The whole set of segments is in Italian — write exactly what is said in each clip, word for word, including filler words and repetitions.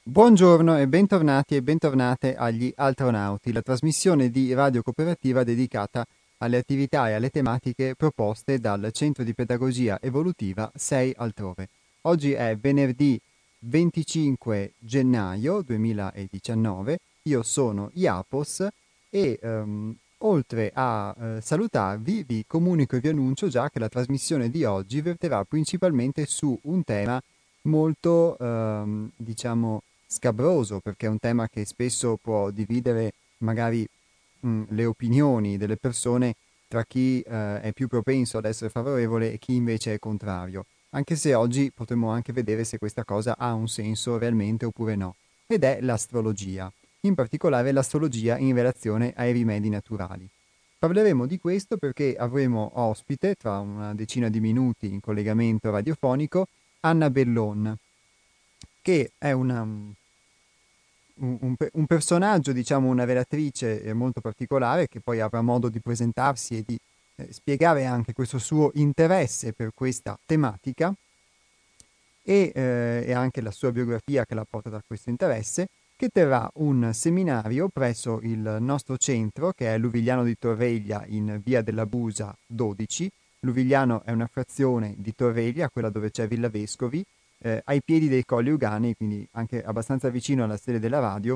Buongiorno e bentornati e bentornate agli Altronauti, la trasmissione di Radio Cooperativa dedicata alle attività e alle tematiche proposte dal Centro di Pedagogia Evolutiva sei Altrove. Oggi è venerdì venticinque gennaio duemiladiciannove, io sono Iapos e ehm, oltre a eh, salutarvi vi comunico e vi annuncio già che la trasmissione di oggi verterà principalmente su un tema molto, ehm, diciamo, scabroso, perché è un tema che spesso può dividere magari mh, le opinioni delle persone tra chi eh, è più propenso ad essere favorevole e chi invece è contrario, anche se oggi potremmo anche vedere se questa cosa ha un senso realmente oppure no, ed è l'astrologia, in particolare l'astrologia in relazione ai rimedi naturali. Parleremo di questo perché avremo ospite, tra una decina di minuti in collegamento radiofonico, Anna Bellon, che è una, un, un pe- un personaggio, diciamo una relatrice eh, molto particolare, che poi avrà modo di presentarsi e di eh, spiegare anche questo suo interesse per questa tematica e, eh, e anche la sua biografia che la porta da questo interesse, che terrà un seminario presso il nostro centro, che è Luvigliano di Torreglia in via della Busa dodici. Luvigliano è una frazione di Torreglia, quella dove c'è Villa Vescovi, eh, ai piedi dei Colli Ugani, quindi anche abbastanza vicino alla sede della radio,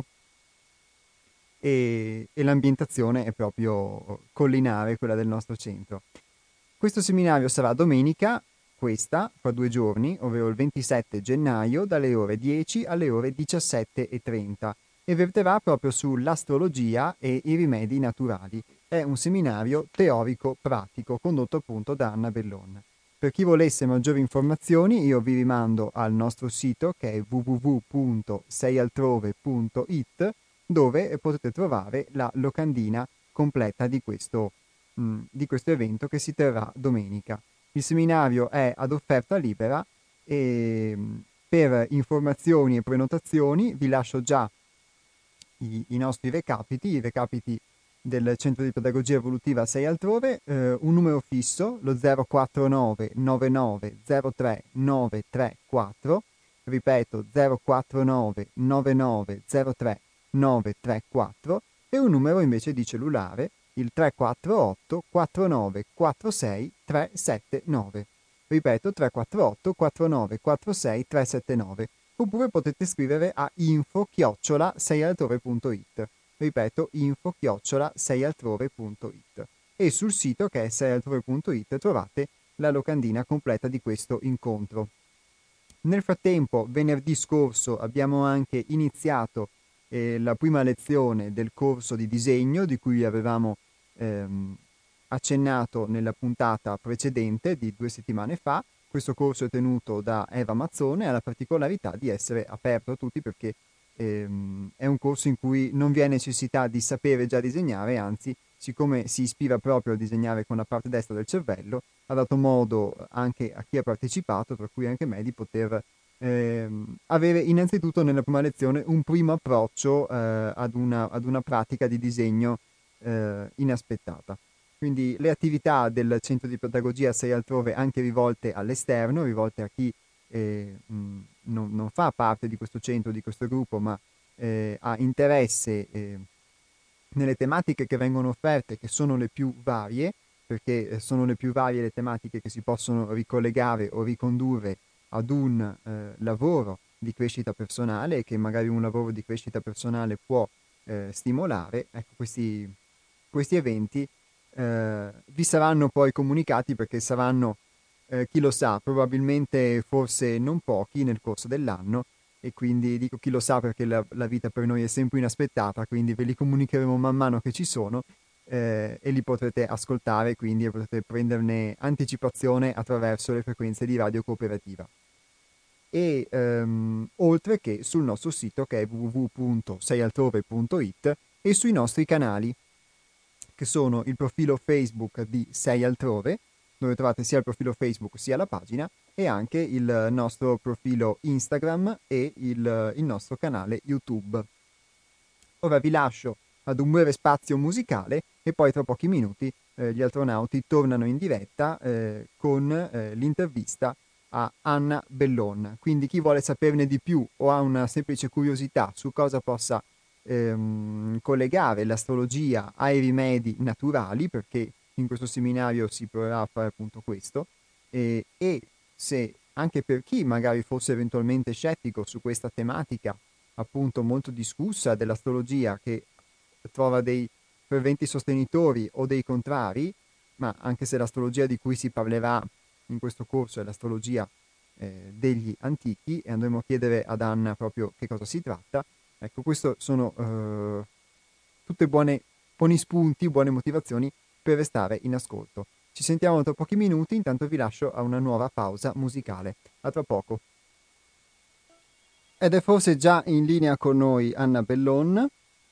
e, e l'ambientazione è proprio collinare, quella del nostro centro. Questo seminario sarà domenica, questa, fra due giorni, ovvero il ventisette gennaio, dalle ore dieci alle ore diciassette e trenta, e verterà proprio sull'astrologia e i rimedi naturali. È un seminario teorico-pratico condotto appunto da Anna Bellon. Per chi volesse maggiori informazioni, io vi rimando al nostro sito, che è w w w punto sei altrove punto i t, dove potete trovare la locandina completa di questo, mh, di questo evento che si terrà domenica. Il seminario è ad offerta libera e mh, per informazioni e prenotazioni vi lascio già i, i nostri recapiti, i recapiti del Centro di Pedagogia Evolutiva sei Altrove, eh, un numero fisso, lo zero quattro nove nove nove zero tre nove tre quattro, ripeto zero quattro nove nove nove zero tre nove tre quattro, e un numero invece di cellulare, il tre quattro otto quattro nove quattro sei tre sette nove. Ripeto tre quattro otto quattro nove quattro sei tre sette nove. Oppure potete scrivere a info chiocciola sei altrove punto it. Ripeto, info chiocciola sei altrove punto it. E sul sito, che è sei altrove punto it, trovate la locandina completa di questo incontro. Nel frattempo, venerdì scorso abbiamo anche iniziato eh, la prima lezione del corso di disegno di cui avevamo ehm, accennato nella puntata precedente di due settimane fa. Questo corso è tenuto da Eva Mazzone e ha la particolarità di essere aperto a tutti perché ehm, è un corso in cui non vi è necessità di sapere già disegnare, anzi, siccome si ispira proprio a disegnare con la parte destra del cervello, ha dato modo anche a chi ha partecipato, tra cui anche me, di poter ehm, avere innanzitutto nella prima lezione un primo approccio eh, ad, una, ad una pratica di disegno eh, inaspettata. Quindi le attività del centro di pedagogia sei altrove anche rivolte all'esterno, rivolte a chi eh, mh, non, non fa parte di questo centro, di questo gruppo, ma eh, ha interesse eh, nelle tematiche che vengono offerte, che sono le più varie, perché eh, sono le più varie le tematiche che si possono ricollegare o ricondurre ad un eh, lavoro di crescita personale e che magari un lavoro di crescita personale può eh, stimolare. Ecco, questi, questi eventi eh, vi saranno poi comunicati perché saranno, eh, chi lo sa, probabilmente forse non pochi nel corso dell'anno, e quindi dico chi lo sa perché la, la vita per noi è sempre inaspettata, quindi ve li comunicheremo man mano che ci sono eh, e li potrete ascoltare, quindi potrete prenderne anticipazione attraverso le frequenze di Radio Cooperativa. E ehm, oltre che sul nostro sito, che è w w w punto sei altrove punto it, e sui nostri canali, che sono il profilo Facebook di sei altrove, dove trovate sia il profilo Facebook sia la pagina, e anche il nostro profilo Instagram e il, il nostro canale YouTube. Ora vi lascio ad un breve spazio musicale e poi tra pochi minuti eh, gli astronauti tornano in diretta eh, con eh, l'intervista a Anna Bellon. Quindi chi vuole saperne di più o ha una semplice curiosità su cosa possa ehm, collegare l'astrologia ai rimedi naturali, perché in questo seminario si proverà a fare appunto questo, e, e se anche per chi magari fosse eventualmente scettico su questa tematica appunto molto discussa dell'astrologia, che trova dei ferventi sostenitori o dei contrari, ma anche se l'astrologia di cui si parlerà in questo corso è l'astrologia eh, degli antichi, e andremo a chiedere ad Anna proprio che cosa si tratta. Ecco, questo sono eh, tutte buone, buoni spunti, buone motivazioni per restare in ascolto. Ci sentiamo tra pochi minuti, intanto vi lascio a una nuova pausa musicale. A tra poco. Ed è forse già in linea con noi Anna Bellon.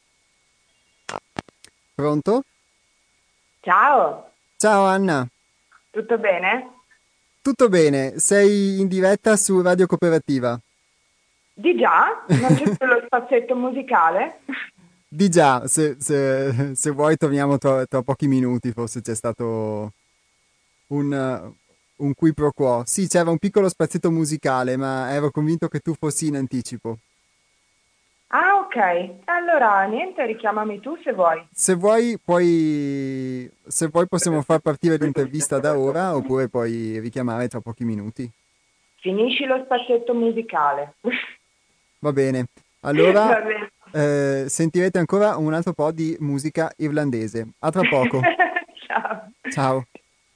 Pronto? Ciao, Ciao Anna, tutto bene? tutto bene? Sei in diretta su Radio Cooperativa? Di già? Non c'è più lo spazietto musicale? Di già, se, se- se vuoi torniamo tra, tra pochi minuti, forse c'è stato un, uh, un qui pro quo. Sì, c'era un piccolo spazietto musicale, ma ero convinto che tu fossi in anticipo. Ah, ok. Allora, niente, richiamami tu se vuoi. Se vuoi, puoi, se vuoi possiamo far partire l'intervista da ora, oppure puoi richiamare tra pochi minuti. Finisci lo spazietto musicale. Va bene. Allora, Va bene. eh, sentirete ancora un altro po' di musica irlandese. A tra poco. Ciao. Ciao.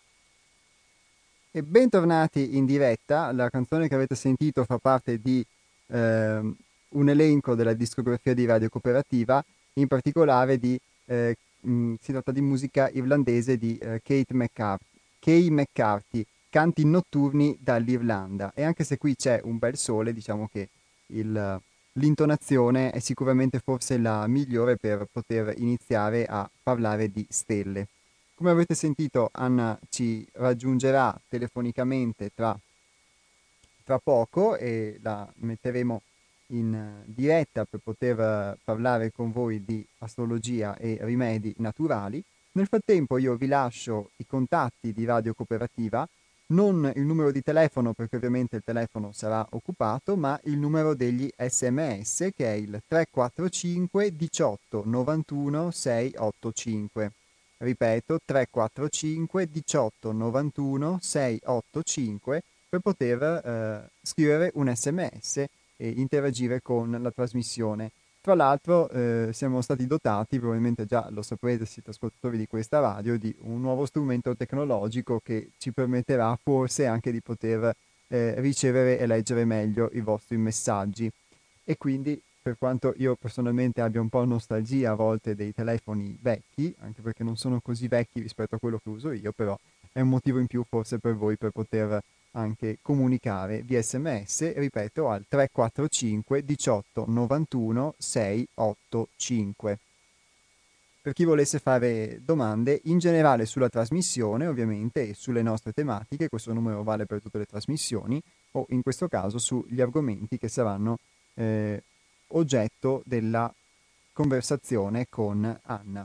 E bentornati in diretta. La canzone che avete sentito fa parte di ehm, un elenco della discografia di Radio Cooperativa, in particolare di, eh, mh, si tratta di musica irlandese di eh, Kate McCarthy, Kay McCarthy, Canti notturni dall'Irlanda. E anche se qui c'è un bel sole, diciamo che il- l'intonazione è sicuramente forse la migliore per poter iniziare a parlare di stelle. Come avete sentito, Anna ci raggiungerà telefonicamente tra, tra poco e la metteremo in eh, diretta per poter eh, parlare con voi di astrologia e rimedi naturali. Nel frattempo io vi lascio i contatti di Radio Cooperativa, non il numero di telefono perché ovviamente il telefono sarà occupato, ma il numero degli sms che è il tre quattro cinque diciotto novantuno seicentottantacinque. Ripeto, tre quattro cinque diciotto novantuno seicentottantacinque per poter eh, scrivere un sms e interagire con la trasmissione. Tra l'altro eh, siamo stati dotati, probabilmente già lo saprete siete ascoltatori di questa radio, di un nuovo strumento tecnologico che ci permetterà forse anche di poter eh, ricevere e leggere meglio i vostri messaggi. E quindi, per quanto io personalmente abbia un po' nostalgia a volte dei telefoni vecchi, anche perché non sono così vecchi rispetto a quello che uso io, però è un motivo in più forse per voi per poter anche comunicare via sms, ripeto, al tre quattro cinque diciotto novantuno seicentottantacinque. Per chi volesse fare domande in generale sulla trasmissione, ovviamente, e sulle nostre tematiche, questo numero vale per tutte le trasmissioni, o in questo caso sugli argomenti che saranno eh, oggetto della conversazione con Anna.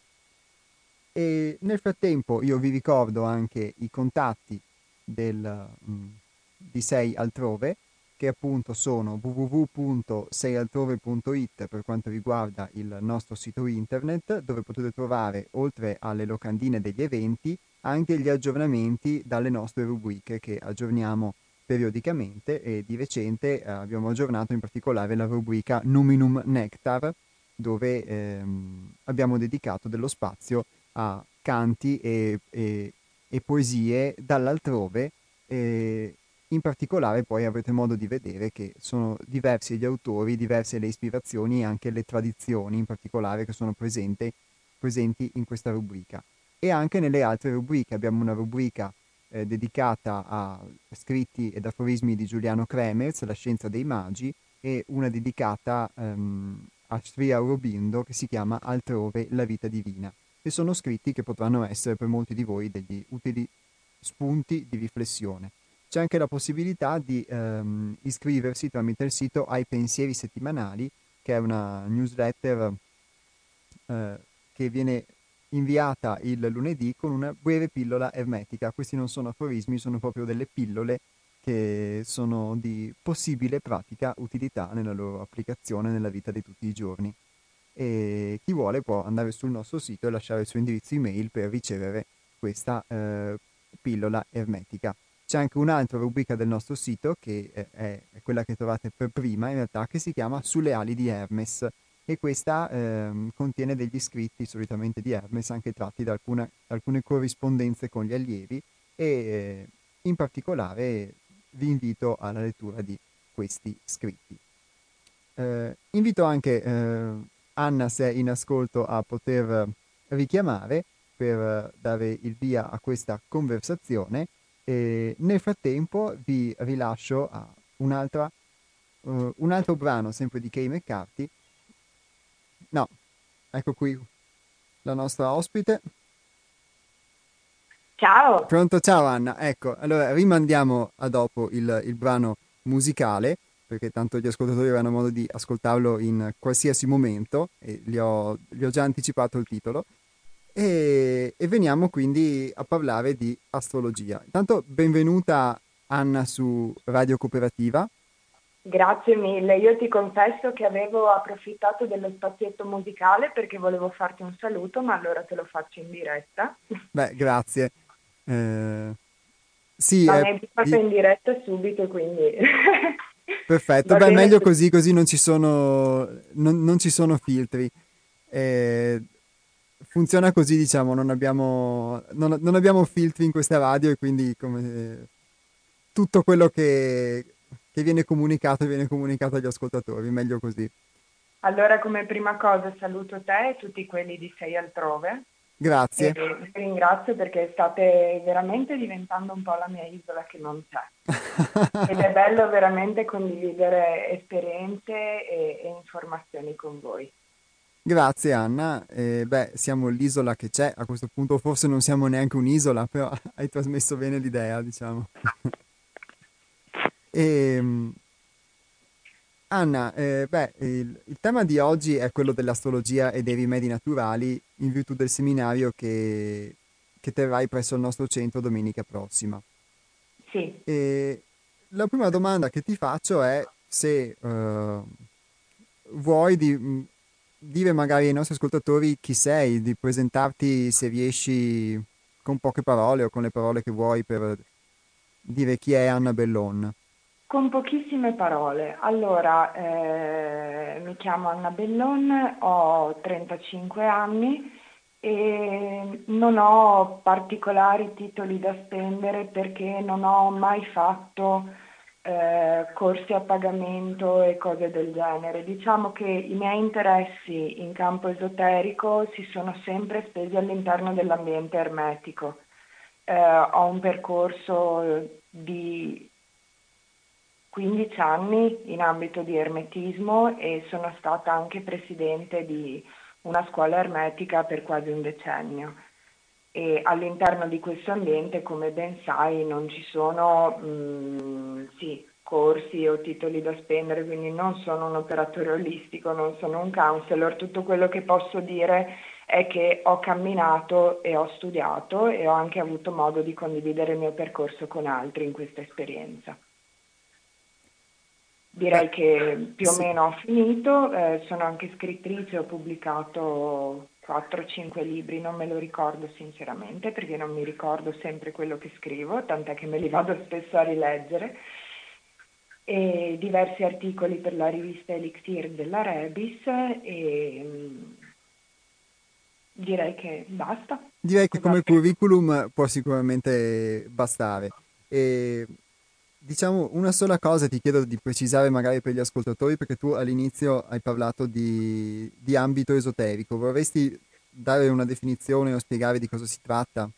E nel frattempo io vi ricordo anche i contatti del, mh, di Sei Altrove, che appunto sono w w w punto sei altrove punto i t per quanto riguarda il nostro sito internet, dove potete trovare, oltre alle locandine degli eventi, anche gli aggiornamenti dalle nostre rubriche che aggiorniamo periodicamente, e di recente eh, abbiamo aggiornato in particolare la rubrica Numinum Nectar, dove ehm, abbiamo dedicato dello spazio a canti e, e- e poesie dall'altrove. E in particolare poi avrete modo di vedere che sono diversi gli autori, diverse le ispirazioni e anche le tradizioni in particolare che sono presente- presenti in questa rubrica. E anche nelle altre rubriche abbiamo una rubrica eh, dedicata a scritti ed aforismi di Giuliano Kremers, La scienza dei magi, e una dedicata ehm, a Sri Aurobindo che si chiama Altrove la vita divina, e sono scritti che potranno essere per molti di voi degli utili spunti di riflessione. C'è anche la possibilità di ehm, iscriversi tramite il sito ai pensieri settimanali, che è una newsletter eh, che viene inviata il lunedì con una breve pillola ermetica. Questi non sono aforismi, sono proprio delle pillole che sono di possibile pratica utilità nella loro applicazione nella vita di tutti i giorni. E chi vuole può andare sul nostro sito e lasciare il suo indirizzo email per ricevere questa eh, pillola ermetica. C'è anche un'altra rubrica del nostro sito che è, è quella che trovate per prima in realtà, che si chiama Sulle ali di Hermes, e questa ehm, contiene degli scritti solitamente di Hermes anche tratti da alcune, alcune corrispondenze con gli allievi e eh, in particolare vi invito alla lettura di questi scritti. Eh, invito anche eh, Anna, se è in ascolto, a poter richiamare per dare il via a questa conversazione, e nel frattempo vi rilascio a un'altra, uh, un altro brano sempre di Kay McCarthy. No, ecco qui la nostra ospite. Ciao! Pronto, ciao Anna. Ecco, allora rimandiamo a dopo il, il brano musicale, perché tanto gli ascoltatori avranno modo di ascoltarlo in qualsiasi momento e gli ho, gli ho già anticipato il titolo. E, e veniamo quindi a parlare di astrologia. Intanto, benvenuta Anna su Radio Cooperativa. Grazie mille. Io ti confesso che avevo approfittato dello spazietto musicale perché volevo farti un saluto, ma allora te lo faccio in diretta. Beh, grazie. Eh, sì, Ma è, mi hai fatto in diretta subito, quindi perfetto. va Beh, bene meglio così. così, così non ci sono, non, non ci sono filtri. Eh, funziona così, diciamo, non abbiamo, non, non abbiamo filtri in questa radio e quindi come, tutto quello che, che viene comunicato viene comunicato agli ascoltatori, meglio così. Allora, come prima cosa saluto te e tutti quelli di Sei Altrove e Grazie. vi ringrazio perché state veramente diventando un po' la mia isola che non c'è. Ed è bello veramente condividere esperienze e, e informazioni con voi. Grazie Anna. Eh, beh, siamo l'isola che c'è, a questo punto forse non siamo neanche un'isola, però hai trasmesso bene l'idea, diciamo. E, Anna, eh, beh, il, il tema di oggi è quello dell'astrologia e dei rimedi naturali in virtù del seminario che, che terrai presso il nostro centro domenica prossima. Sì. E la prima domanda che ti faccio è se eh, vuoi di, mh, dire magari ai nostri ascoltatori chi sei, di presentarti se riesci con poche parole o con le parole che vuoi per dire chi è Anna Bellon. Con pochissime parole. Allora, eh, mi chiamo Anna Bellon, ho trentacinque anni e non ho particolari titoli da spendere perché non ho mai fatto eh, corsi a pagamento e cose del genere. Diciamo che i miei interessi in campo esoterico si sono sempre spesi all'interno dell'ambiente ermetico. Eh, ho un percorso di quindici anni in ambito di ermetismo e sono stata anche presidente di una scuola ermetica per quasi un decennio. E all'interno di questo ambiente, come ben sai, non ci sono mh, sì, corsi o titoli da spendere, quindi non sono un operatore olistico, non sono un counselor. Tutto quello che posso dire è che ho camminato e ho studiato e ho anche avuto modo di condividere il mio percorso con altri in questa esperienza. Beh, Direi che più o sì. meno ho finito, eh, sono anche scrittrice, ho pubblicato quattro cinque libri, non me lo ricordo sinceramente perché non mi ricordo sempre quello che scrivo, tant'è che me li vado spesso a rileggere, e diversi articoli per la rivista Elixir della Rebis e mh, direi che basta. Direi che come Cos'altro? curriculum può sicuramente bastare. E diciamo una sola cosa ti chiedo di precisare magari per gli ascoltatori, perché tu all'inizio hai parlato di, di ambito esoterico. Vorresti dare una definizione o spiegare di cosa si tratta?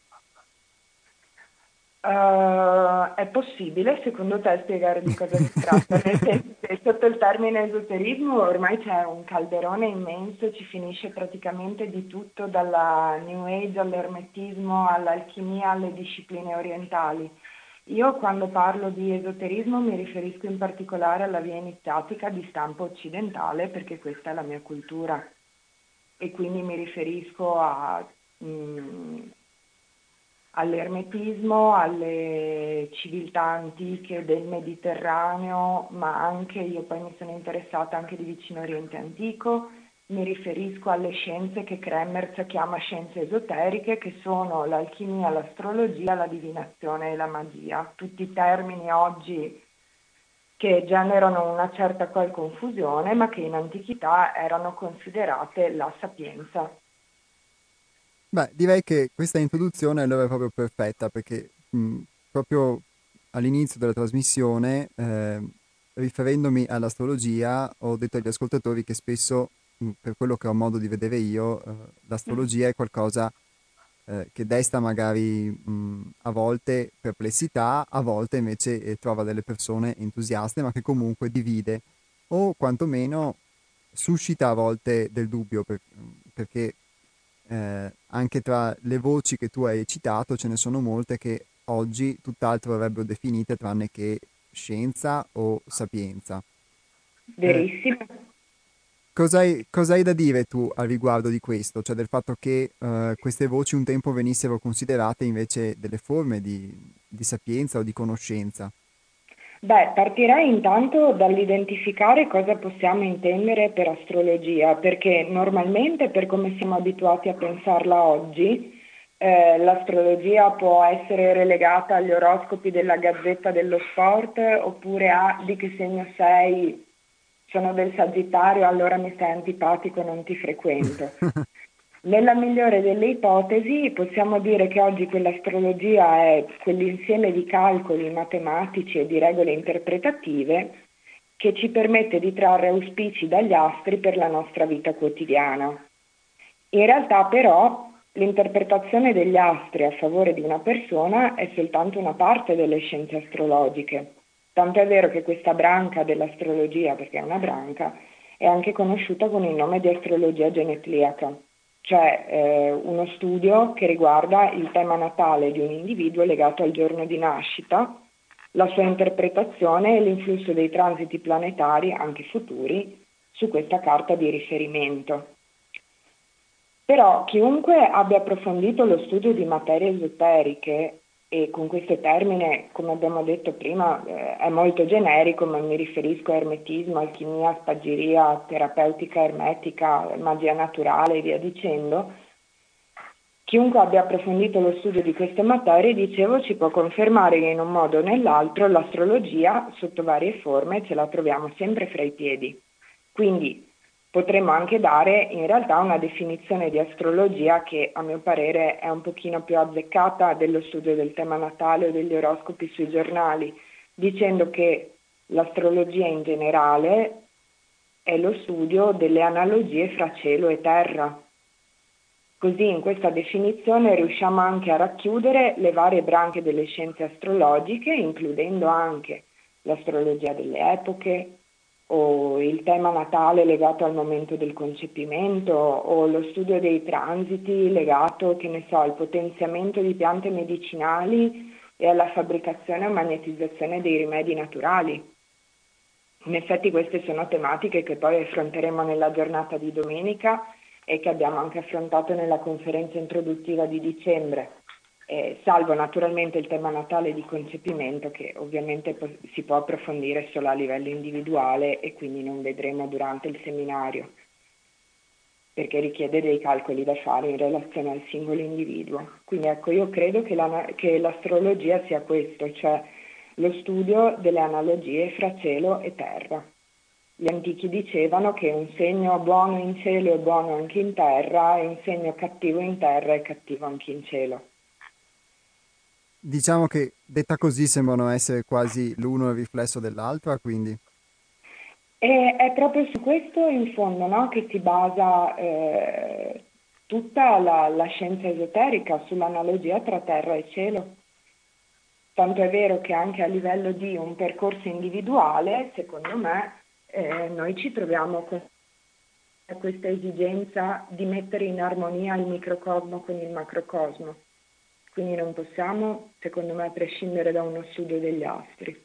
Uh, è possibile, secondo te, spiegare di cosa si tratta? Nel senso che sotto il termine esoterismo ormai c'è un calderone immenso, ci finisce praticamente di tutto, dalla New Age all'ermetismo, all'alchimia, alle discipline orientali. Io quando parlo di esoterismo mi riferisco in particolare alla via iniziatica di stampo occidentale, perché questa è la mia cultura e quindi mi riferisco a... mm, all'ermetismo, alle civiltà antiche del Mediterraneo, ma anche io poi mi sono interessata anche di Vicino Oriente Antico. Mi riferisco alle scienze che Kremmerz chiama scienze esoteriche, che sono l'alchimia, l'astrologia, la divinazione e la magia. Tutti termini oggi che generano una certa qual confusione, ma che in antichità erano considerate la sapienza. Beh, direi che questa introduzione allora è proprio perfetta perché mh, proprio all'inizio della trasmissione, eh, riferendomi all'astrologia, ho detto agli ascoltatori che spesso, mh, per quello che ho modo di vedere io, eh, l'astrologia è qualcosa eh, che desta magari mh, a volte perplessità, a volte invece eh, trova delle persone entusiaste, ma che comunque divide o quantomeno suscita a volte del dubbio per- perché eh, anche tra le voci che tu hai citato ce ne sono molte che oggi tutt'altro avrebbero definite tranne che scienza o sapienza. Eh, Verissimo. cosa hai, cosa hai da dire tu al riguardo di questo? Cioè del fatto che eh, queste voci un tempo venissero considerate invece delle forme di, di sapienza o di conoscenza? Beh, partirei intanto dall'identificare cosa possiamo intendere per astrologia, perché normalmente, per come siamo abituati a pensarla oggi, eh, l'astrologia può essere relegata agli oroscopi della Gazzetta dello Sport oppure a di che segno sei, sono del Sagittario, allora mi stai antipatico, non ti frequento. Nella migliore delle ipotesi possiamo dire che oggi quell'astrologia è quell'insieme di calcoli matematici e di regole interpretative che ci permette di trarre auspici dagli astri per la nostra vita quotidiana. In realtà però l'interpretazione degli astri a favore di una persona è soltanto una parte delle scienze astrologiche. Tanto è vero che questa branca dell'astrologia, perché è una branca, è anche conosciuta con il nome di astrologia genetliaca, cioè eh, uno studio che riguarda il tema natale di un individuo legato al giorno di nascita, la sua interpretazione e l'influsso dei transiti planetari, anche futuri, su questa carta di riferimento. Però chiunque abbia approfondito lo studio di materie esoteriche, e con questo termine, come abbiamo detto prima, eh, è molto generico, ma mi riferisco a ermetismo, alchimia, spaggeria, terapeutica ermetica, magia naturale e via dicendo, chiunque abbia approfondito lo studio di queste materie, dicevo, ci può confermare che in un modo o nell'altro l'astrologia, sotto varie forme, ce la troviamo sempre fra i piedi. Quindi potremmo anche dare in realtà una definizione di astrologia che a mio parere è un pochino più azzeccata dello studio del tema natale o degli oroscopi sui giornali, dicendo che l'astrologia in generale è lo studio delle analogie fra cielo e terra. Così in questa definizione riusciamo anche a racchiudere le varie branche delle scienze astrologiche, includendo anche l'astrologia delle epoche, o il tema natale legato al momento del concepimento, o lo studio dei transiti legato, che ne so, al potenziamento di piante medicinali e alla fabbricazione o magnetizzazione dei rimedi naturali. In effetti queste sono tematiche che poi affronteremo nella giornata di domenica e che abbiamo anche affrontato nella conferenza introduttiva di dicembre. Eh, salvo naturalmente il tema natale di concepimento che ovviamente po- si può approfondire solo a livello individuale e quindi non vedremo durante il seminario, perché richiede dei calcoli da fare in relazione al singolo individuo. Quindi ecco, io credo che, la, che l'astrologia sia questo, cioè lo studio delle analogie fra cielo e terra. Gli antichi dicevano che un segno buono in cielo è buono anche in terra e un segno cattivo in terra è cattivo anche in cielo. Diciamo che detta così sembrano essere quasi l'uno il riflesso dell'altra, quindi E è proprio su questo in fondo, no, che si basa eh, tutta la, la scienza esoterica, sull'analogia tra terra e cielo. Tanto è vero che anche a livello di un percorso individuale, secondo me, eh, noi ci troviamo con questa esigenza di mettere in armonia il microcosmo con il macrocosmo. Quindi non possiamo, secondo me, prescindere da uno studio degli astri.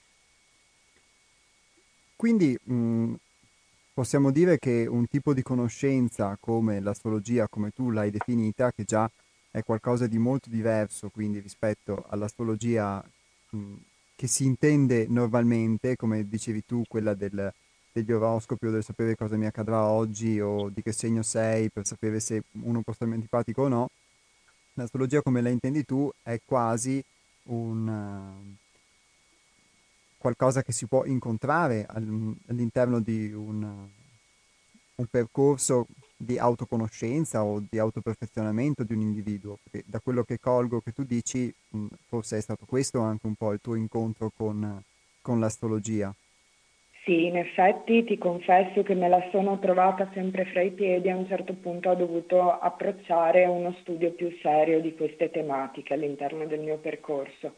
quindi mh, possiamo dire che un tipo di conoscenza come l'astrologia, come tu l'hai definita, che già è qualcosa di molto diverso, quindi rispetto all'astrologia mh, che si intende normalmente, come dicevi tu, quella del, degli oroscopi o del sapere cosa mi accadrà oggi o di che segno sei per sapere se uno può starmi antipatico o no. L'astrologia come la intendi tu è quasi un, eh, qualcosa che si può incontrare al- all'interno di un, un percorso di autoconoscenza o di autoperfezionamento di un individuo, perché da quello che colgo che tu dici, mh, forse è stato questo anche un po' il tuo incontro con, con l'astrologia. Sì, in effetti ti confesso che me la sono trovata sempre fra i piedi e a un certo punto ho dovuto approcciare uno studio più serio di queste tematiche all'interno del mio percorso.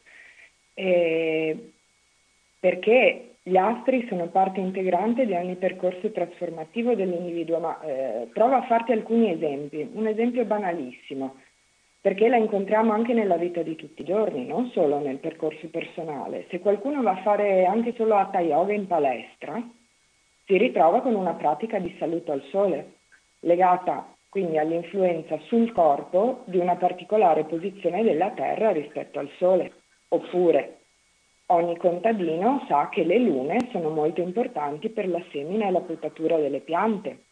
E perché gli astri sono parte integrante di ogni percorso trasformativo dell'individuo, ma eh, provo a farti alcuni esempi. Un esempio banalissimo, perché la incontriamo anche nella vita di tutti i giorni, non solo nel percorso personale. Se qualcuno va a fare anche solo Hatha Yoga in palestra, si ritrova con una pratica di saluto al sole, legata quindi all'influenza sul corpo di una particolare posizione della Terra rispetto al sole. Oppure ogni contadino sa che le lune sono molto importanti per la semina e la potatura delle piante.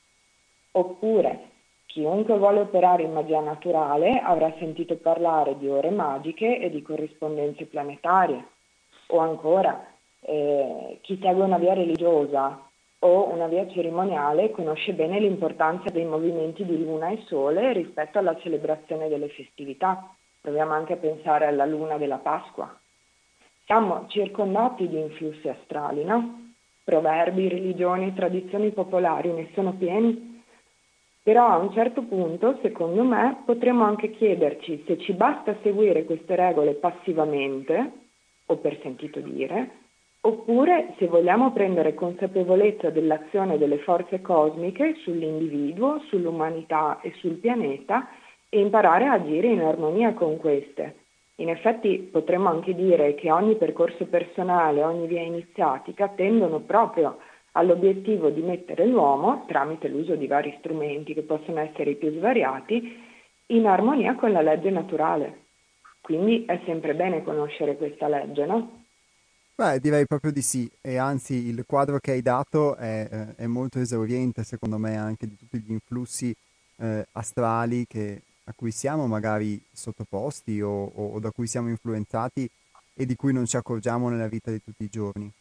Oppure chiunque vuole operare in magia naturale avrà sentito parlare di ore magiche e di corrispondenze planetarie. O ancora, eh, chi segue una via religiosa o una via cerimoniale conosce bene l'importanza dei movimenti di luna e sole rispetto alla celebrazione delle festività. Proviamo anche a pensare alla luna della Pasqua. Siamo circondati di influssi astrali, no? Proverbi, religioni, tradizioni popolari ne sono pieni. Però a un certo punto, secondo me, potremmo anche chiederci se ci basta seguire queste regole passivamente, o per sentito dire, oppure se vogliamo prendere consapevolezza dell'azione delle forze cosmiche sull'individuo, sull'umanità e sul pianeta e imparare a agire in armonia con queste. In effetti potremmo anche dire che ogni percorso personale, ogni via iniziatica tendono proprio all'obiettivo di mettere l'uomo, tramite l'uso di vari strumenti che possono essere i più svariati, in armonia con la legge naturale. Quindi è sempre bene conoscere questa legge, no? Beh, direi proprio di sì, e anzi il quadro che hai dato è, eh, è molto esauriente, secondo me, anche di tutti gli influssi eh, astrali che- a cui siamo magari sottoposti o, o- o da cui siamo influenzati e di cui non ci accorgiamo nella vita di tutti i giorni.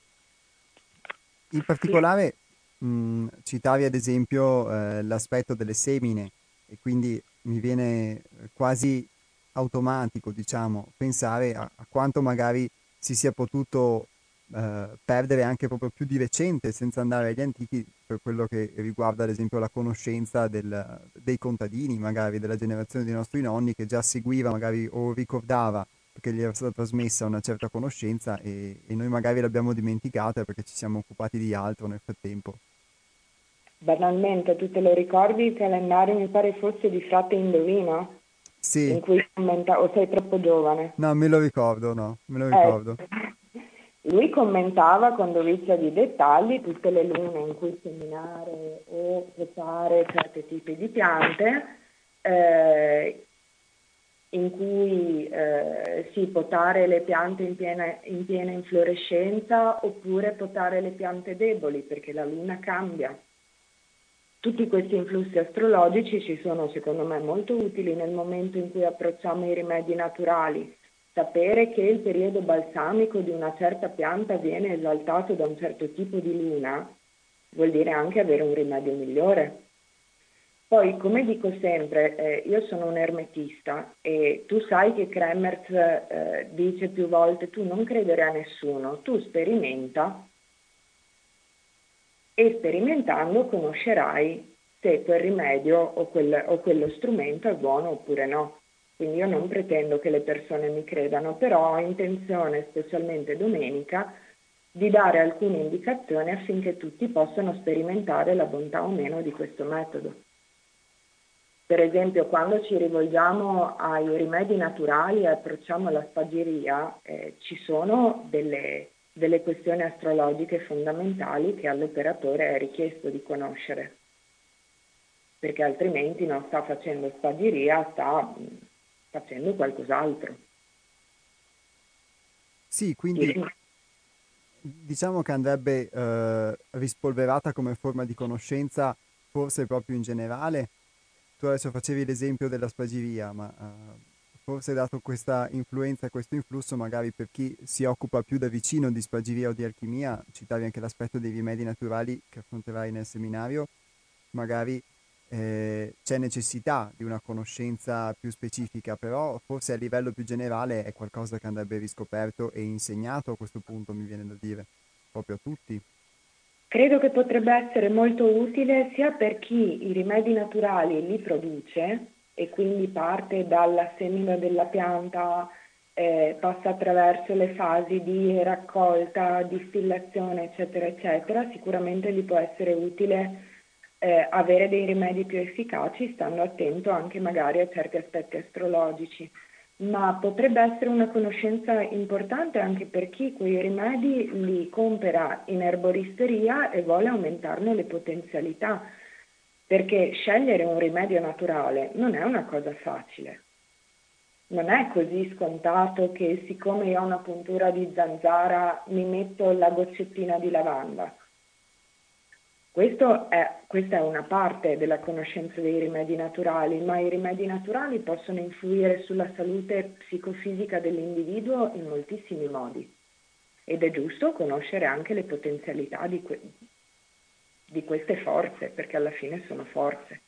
In Sì, particolare, mh, citavi ad esempio eh, l'aspetto delle semine e quindi mi viene eh, quasi automatico, diciamo, pensare a, a quanto magari si sia potuto eh, perdere anche proprio più di recente, senza andare agli antichi, per quello che riguarda ad esempio la conoscenza del- dei contadini, magari della generazione dei nostri nonni, che già seguiva magari o ricordava perché gli era stata trasmessa una certa conoscenza e, e noi magari l'abbiamo dimenticata perché ci siamo occupati di altro nel frattempo. banalmente, tu te lo ricordi il calendario, mi pare fosse di Frate Indovino, Sì, in cui commenta, o sei troppo giovane? no, me lo ricordo, no, me lo Ecco, ricordo. lui commentava con dovizia di dettagli tutte le lune in cui seminare o potare certi tipi di piante, eh, in cui eh, sì, potare le piante in piena, in piena inflorescenza oppure potare le piante deboli perché la luna cambia. Tutti questi influssi astrologici ci sono, secondo me, molto utili nel momento in cui approcciamo i rimedi naturali. Sapere che il periodo balsamico di una certa pianta viene esaltato da un certo tipo di luna vuol dire anche avere un rimedio migliore. Poi, come dico sempre, eh, io sono un ermetista e tu sai che Kremers eh, dice più volte tu non credere a nessuno, tu sperimenta e sperimentando conoscerai se quel rimedio o, quel, o quello strumento è buono oppure no. Quindi io non pretendo che le persone mi credano, però ho intenzione, specialmente domenica, di dare alcune indicazioni affinché tutti possano sperimentare la bontà o meno di questo metodo. Per esempio, quando ci rivolgiamo ai rimedi naturali e approcciamo la spagiria, eh, ci sono delle, delle questioni astrologiche fondamentali che all'operatore è richiesto di conoscere, perché altrimenti non sta facendo spagiria, sta facendo qualcos'altro. Sì, quindi diciamo che andrebbe eh, rispolverata come forma di conoscenza, forse proprio in generale. Tu adesso facevi l'esempio della spagiria, ma eh, forse dato questa influenza e questo influsso, magari per chi si occupa più da vicino di spagiria o di alchimia, citavi anche l'aspetto dei rimedi naturali che affronterai nel seminario, magari eh, c'è necessità di una conoscenza più specifica, però forse a livello più generale è qualcosa che andrebbe riscoperto e insegnato a questo punto, mi viene da dire, proprio a tutti. Credo che potrebbe essere molto utile sia per chi i rimedi naturali li produce e quindi parte dalla semina della pianta, eh, passa attraverso le fasi di raccolta, distillazione, eccetera, eccetera. Sicuramente gli può essere utile eh, avere dei rimedi più efficaci, stando attento anche magari a certi aspetti astrologici. Ma potrebbe essere una conoscenza importante anche per chi quei rimedi li compra in erboristeria e vuole aumentarne le potenzialità, perché scegliere un rimedio naturale non è una cosa facile. Non è così scontato che siccome io ho una puntura di zanzara mi metto la goccettina di lavanda. Questo è, questa è una parte della conoscenza dei rimedi naturali, ma i rimedi naturali possono influire sulla salute psicofisica dell'individuo in moltissimi modi ed è giusto conoscere anche le potenzialità di, que- di queste forze, perché alla fine sono forze.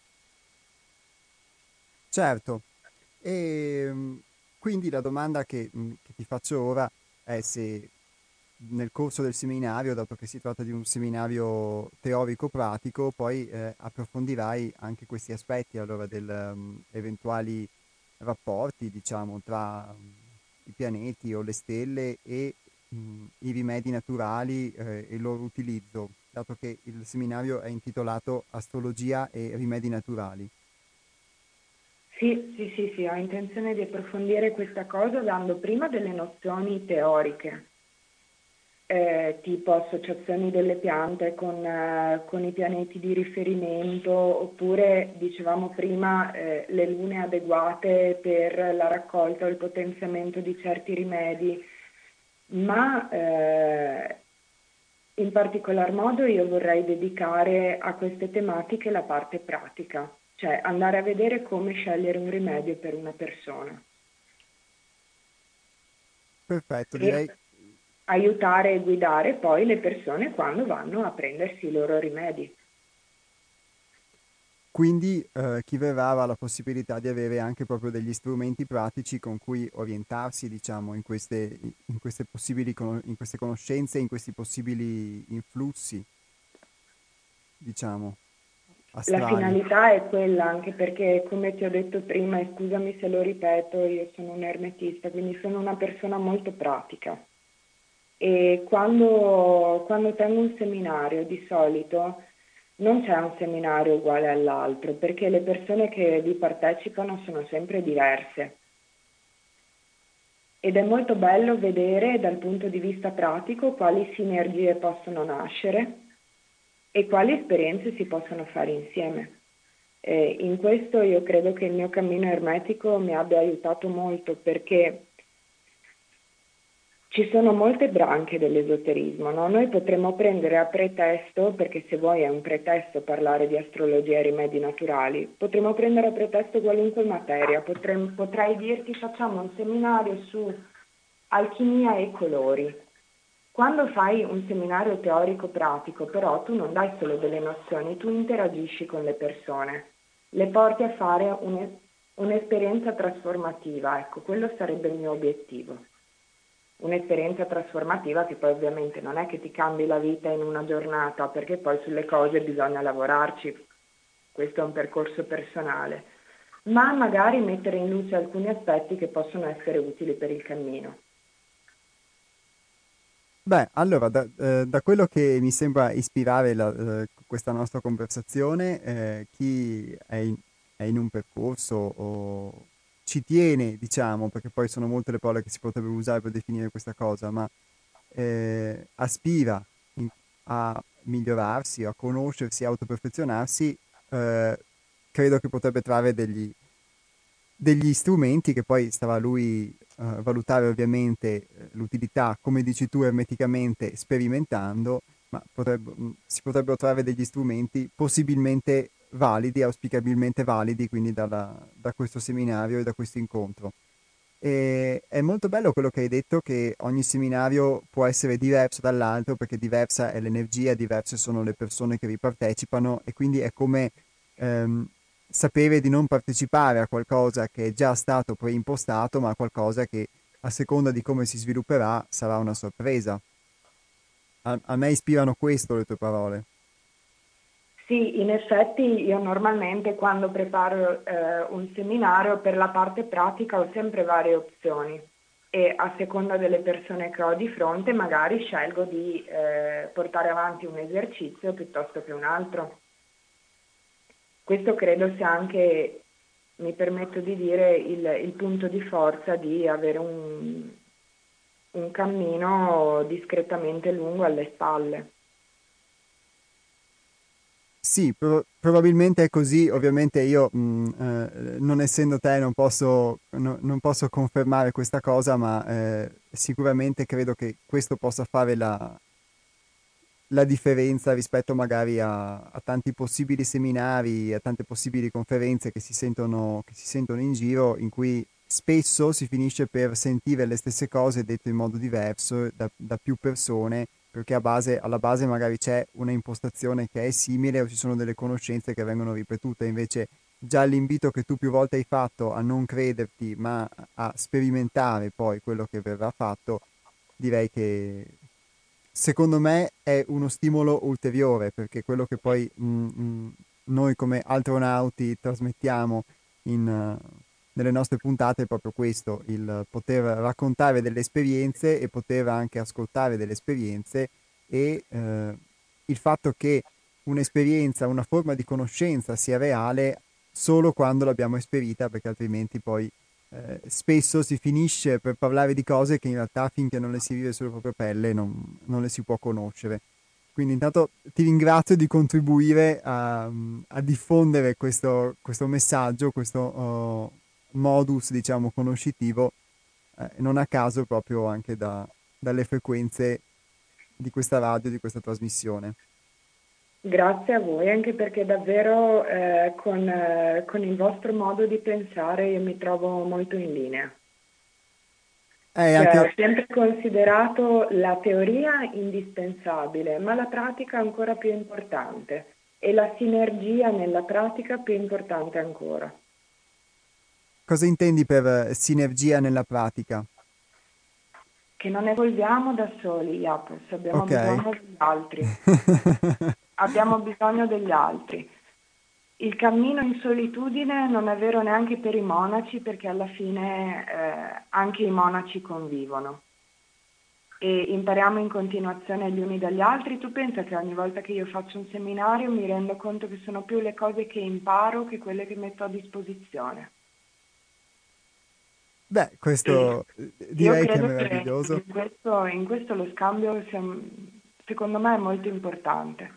Certo, e mm, quindi la domanda che, mm, che ti faccio ora è se nel corso del seminario, dato che si tratta di un seminario teorico-pratico, poi eh, approfondirai anche questi aspetti, allora, del mm, eventuali rapporti, diciamo, tra mm, i pianeti o le stelle e mm, i rimedi naturali eh, e il loro utilizzo, dato che il seminario è intitolato Astrologia e rimedi naturali. Sì, sì, sì, sì, ho intenzione di approfondire questa cosa dando prima delle nozioni teoriche, eh, tipo associazioni delle piante con, eh, con i pianeti di riferimento, oppure dicevamo prima eh, le lune adeguate per la raccolta o il potenziamento di certi rimedi, ma eh, in particolar modo io vorrei dedicare a queste tematiche la parte pratica, cioè andare a vedere come scegliere un rimedio per una persona. Perfetto, Per direi. aiutare e guidare poi le persone quando vanno a prendersi i loro rimedi. Quindi eh, chi verrà avrà la possibilità di avere anche proprio degli strumenti pratici con cui orientarsi, diciamo, in queste, in queste possibili, cono- in queste conoscenze, in questi possibili influssi, diciamo, La astrali. finalità è quella, anche perché, come ti ho detto prima, e scusami se lo ripeto, io sono un ermetista, quindi sono una persona molto pratica. E quando, quando tengo un seminario, di solito non c'è un seminario uguale all'altro, perché le persone che vi partecipano sono sempre diverse. Ed è molto bello vedere dal punto di vista pratico quali sinergie possono nascere e quali esperienze si possono fare insieme. E in questo io credo che il mio cammino ermetico mi abbia aiutato molto perché ci sono molte branche dell'esoterismo, no? Noi potremmo prendere a pretesto, perché se vuoi è un pretesto parlare di astrologia e rimedi naturali, potremmo prendere a pretesto qualunque materia, potrem- potrei dirti facciamo un seminario su alchimia e colori. Quando fai un seminario teorico pratico, però tu non dai solo delle nozioni, tu interagisci con le persone, le porti a fare un- un'esperienza trasformativa, ecco, quello sarebbe il mio obiettivo. Un'esperienza trasformativa che poi ovviamente non è che ti cambi la vita in una giornata, perché poi sulle cose bisogna lavorarci, questo è un percorso personale, ma magari mettere in luce alcuni aspetti che possono essere utili per il cammino. Beh, allora, da, eh, da quello che mi sembra ispirare la- eh, questa nostra conversazione, eh, chi è in, è in un percorso o ci tiene, diciamo, perché poi sono molte le parole che si potrebbero usare per definire questa cosa, ma eh, aspira in- a migliorarsi, a conoscersi, a autoperfezionarsi, eh, credo che potrebbe trarre degli, degli strumenti che poi stava a lui eh, valutare ovviamente eh, l'utilità, come dici tu, ermeticamente sperimentando, ma potrebbe- mh, si potrebbero trovare degli strumenti possibilmente validi, auspicabilmente validi, quindi dalla- da questo seminario e da questo incontro. E è molto bello quello che hai detto, che ogni seminario può essere diverso dall'altro perché diversa è l'energia, diverse sono le persone che vi partecipano e quindi è come ehm, sapere di non partecipare a qualcosa che è già stato preimpostato, ma a qualcosa che a seconda di come si svilupperà sarà una sorpresa. A, a me ispirano questo le tue parole. Sì, in effetti io normalmente quando preparo eh, un seminario per la parte pratica ho sempre varie opzioni e a seconda delle persone che ho di fronte magari scelgo di eh, portare avanti un esercizio piuttosto che un altro. Questo credo sia anche, mi permetto di dire, il, il punto di forza di avere un, un cammino discretamente lungo alle spalle. Sì, pro- probabilmente è così. Ovviamente io, mh, eh, non essendo te, non posso, no- non posso confermare questa cosa, ma eh, sicuramente credo che questo possa fare la, la differenza rispetto magari a, a tanti possibili seminari, a tante possibili conferenze che si sentono, che si sentono in giro, in cui spesso si finisce per sentire le stesse cose dette in modo diverso da, da più persone, perché a base- alla base magari c'è una impostazione che è simile o ci sono delle conoscenze che vengono ripetute. Invece già l'invito che tu più volte hai fatto a non crederti, ma a sperimentare poi quello che verrà fatto, direi che secondo me è uno stimolo ulteriore, perché quello che poi mm, mm, noi come astronauti trasmettiamo in, eh, nelle nostre puntate è proprio questo, il poter raccontare delle esperienze e poter anche ascoltare delle esperienze e eh, il fatto che un'esperienza, una forma di conoscenza sia reale solo quando l'abbiamo esperita, perché altrimenti poi eh, spesso si finisce per parlare di cose che in realtà finché non le si vive sulla propria pelle non, non le si può conoscere. Quindi intanto ti ringrazio di contribuire a, a diffondere questo, questo messaggio, questo oh, modus, diciamo, conoscitivo, eh, non a caso proprio anche da- dalle frequenze di questa radio, di questa trasmissione. Grazie a voi, anche perché davvero eh, con, eh, con il vostro modo di pensare io mi trovo molto in linea. Eh, Cioè, anche, ho sempre considerato la teoria indispensabile, ma la pratica ancora più importante e la sinergia nella pratica più importante ancora. cosa intendi per eh, sinergia nella pratica? Che non evolviamo da soli, Iapos, abbiamo Ok. bisogno degli altri. Abbiamo bisogno degli altri. Il cammino in solitudine non è vero neanche per i monaci, perché alla fine eh, anche i monaci convivono e impariamo in continuazione gli uni dagli altri. Tu pensa che ogni volta che io faccio un seminario mi rendo conto che sono più le cose che imparo che quelle che metto a disposizione. Beh, E questo eh, io direi che è credo che meraviglioso. in questo, in questo lo scambio sia- secondo me è molto importante.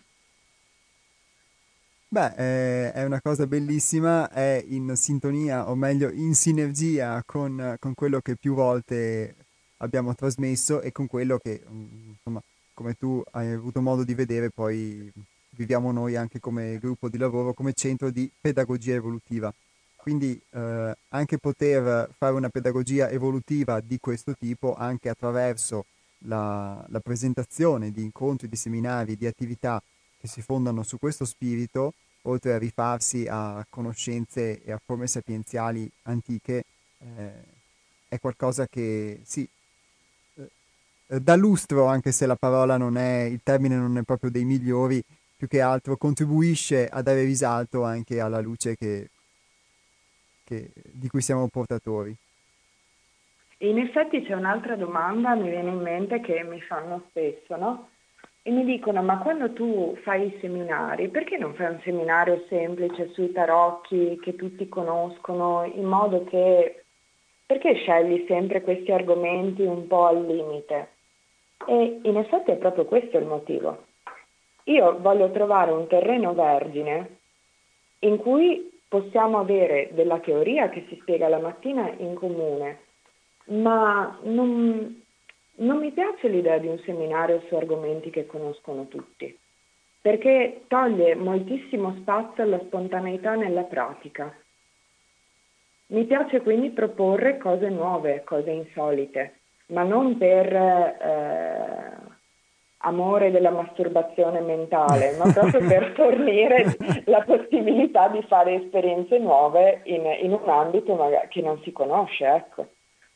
Beh, eh, è una cosa bellissima, è in sintonia, o meglio, in sinergia con, con quello che più volte abbiamo trasmesso e con quello che, mm, insomma, come tu hai avuto modo di vedere, poi viviamo noi anche come gruppo di lavoro, come centro di pedagogia evolutiva. Quindi eh, anche poter fare una pedagogia evolutiva di questo tipo, anche attraverso la, la presentazione di incontri, di seminari, di attività che si fondano su questo spirito, oltre a rifarsi a conoscenze e a forme sapienziali antiche, eh, è qualcosa che sì, eh, dà lustro, anche se la parola non è, il termine non è proprio dei migliori, più che altro contribuisce a dare risalto anche alla luce che, che- di cui siamo portatori. E in effetti c'è un'altra domanda, mi viene in mente, che mi fanno spesso, no? E mi dicono, ma quando tu fai i seminari, perché non fai un seminario semplice sui tarocchi che tutti conoscono, in modo che, perché scegli sempre questi argomenti un po' al limite? E in effetti è proprio questo il motivo. Io voglio trovare un terreno vergine in cui possiamo avere della teoria che si spiega la mattina in comune, ma non, non mi piace l'idea di un seminario su argomenti che conoscono tutti, perché toglie moltissimo spazio alla spontaneità nella pratica. Mi piace quindi proporre cose nuove, cose insolite, ma non per eh, amore della masturbazione mentale, ma proprio per fornire la possibilità di fare esperienze nuove in, in un ambito magari che non si conosce, ecco.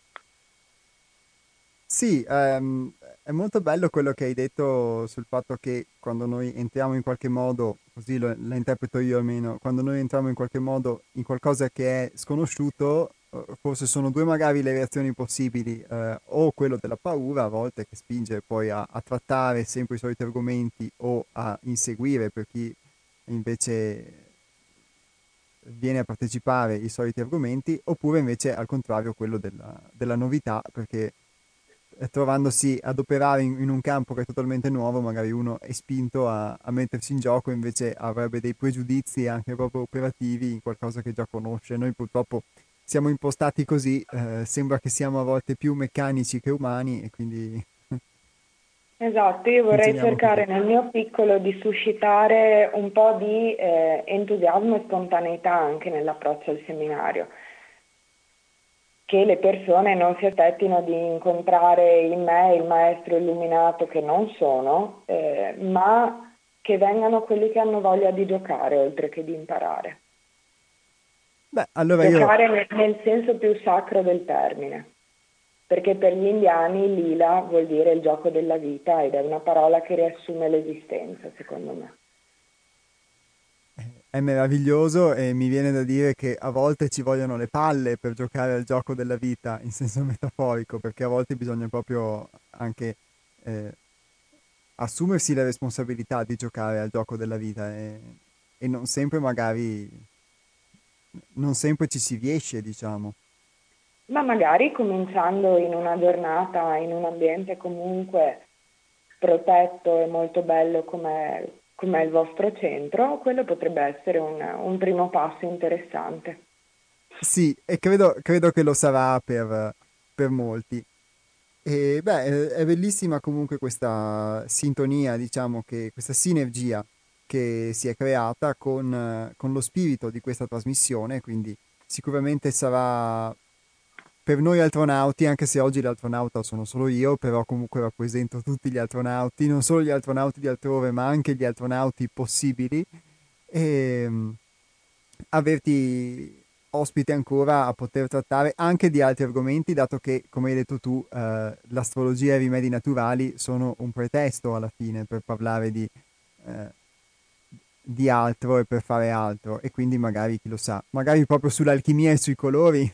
Sì, ehm, è molto bello quello che hai detto sul fatto che quando noi entriamo in qualche modo, così lo- la interpreto io almeno, quando noi entriamo in qualche modo in qualcosa che è sconosciuto, eh, forse sono due magari le reazioni possibili, eh, o quello della paura a volte che spinge poi a, a trattare sempre i soliti argomenti o a inseguire per chi invece viene a partecipare i soliti argomenti, oppure invece al contrario quello della, della novità, perché eh, trovandosi ad operare in, in un campo che è totalmente nuovo, magari uno è spinto a, a mettersi in gioco, invece avrebbe dei pregiudizi anche proprio operativi in qualcosa che già conosce. Noi purtroppo siamo impostati così, eh, sembra che siamo a volte più meccanici che umani e quindi Esatto, io vorrei funzioniamo così. cercare nel mio piccolo di suscitare un po' di eh, entusiasmo e spontaneità anche nell'approccio al seminario, che le persone non si aspettino di incontrare in me il maestro illuminato che non sono, eh, ma che vengano quelli che hanno voglia di giocare oltre che di imparare. Beh, allora io Giocare nel, nel senso più sacro del termine, perché per gli indiani lila vuol dire il gioco della vita ed è una parola che riassume l'esistenza, secondo me. è meraviglioso e mi viene da dire che a volte ci vogliono le palle per giocare al gioco della vita in senso metaforico, perché a volte bisogna proprio anche eh, assumersi la responsabilità di giocare al gioco della vita e, e non sempre magari, non sempre ci si riesce, diciamo. Ma magari cominciando in una giornata, in un ambiente comunque protetto e molto bello come, come il vostro centro, quello potrebbe essere un, un primo passo interessante. Sì, e credo, credo che lo sarà per, per molti. E beh, eh, è bellissima comunque questa sintonia, diciamo che questa sinergia che si è creata con, eh, con lo spirito di questa trasmissione, quindi sicuramente sarà per noi astronauti, anche se oggi l'astronauta sono solo io, però comunque rappresento tutti gli astronauti, non solo gli astronauti di altrove, ma anche gli astronauti possibili, e mm, averti ospite ancora a poter trattare anche di altri argomenti, dato che, come hai detto tu, eh, l'astrologia e i rimedi naturali sono un pretesto alla fine per parlare di, eh, di altro e per fare altro, e quindi magari, chi lo sa, magari proprio sull'alchimia e sui colori.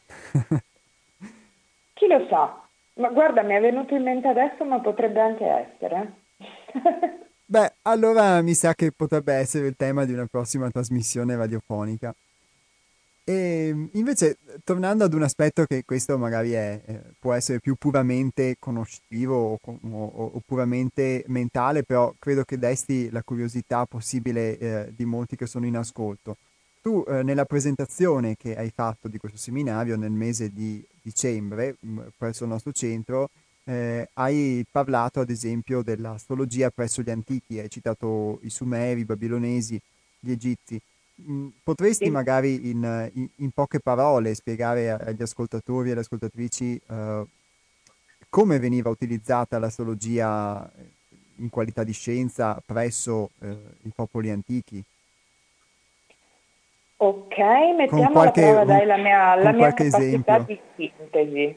Chi lo sa? Ma guarda, mi è venuto in mente adesso, ma potrebbe anche essere. Beh, allora mi sa che potrebbe essere il tema di una prossima trasmissione radiofonica. E invece, tornando ad un aspetto che questo magari è, eh, può essere più puramente conoscitivo o, co- o- o puramente mentale, però credo che desti la curiosità possibile, eh, di molti che sono in ascolto. Tu, eh, nella presentazione che hai fatto di questo seminario nel mese di dicembre, mh, presso il nostro centro, eh, hai parlato ad esempio dell'astrologia presso gli antichi, hai citato i Sumeri, i Babilonesi, gli Egizi. Mm, Potresti Sì. magari in, in- in poche parole spiegare a- agli ascoltatori e alle ascoltatrici eh, come veniva utilizzata l'astrologia eh, in qualità di scienza presso eh, i popoli antichi? Ok, Con mettiamo alla qualche, prova, con, dai, la mia, la con mia qualche capacità esempio. di sintesi.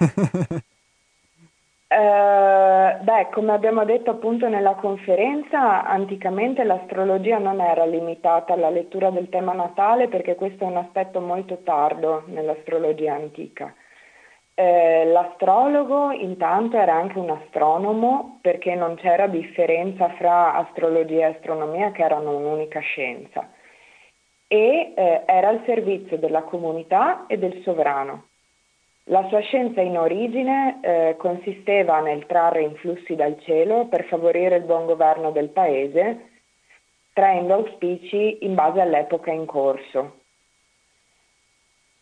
Eh, beh, come abbiamo detto appunto nella conferenza, anticamente l'astrologia non era limitata alla lettura del tema natale perché questo è un aspetto molto tardo nell'astrologia antica. Eh, l'astrologo intanto era anche un astronomo perché non c'era differenza fra astrologia e astronomia che erano un'unica scienza e eh, era al servizio della comunità e del sovrano. La sua scienza in origine eh, consisteva nel trarre influssi dal cielo per favorire il buon governo del paese, traendo auspici in base all'epoca in corso.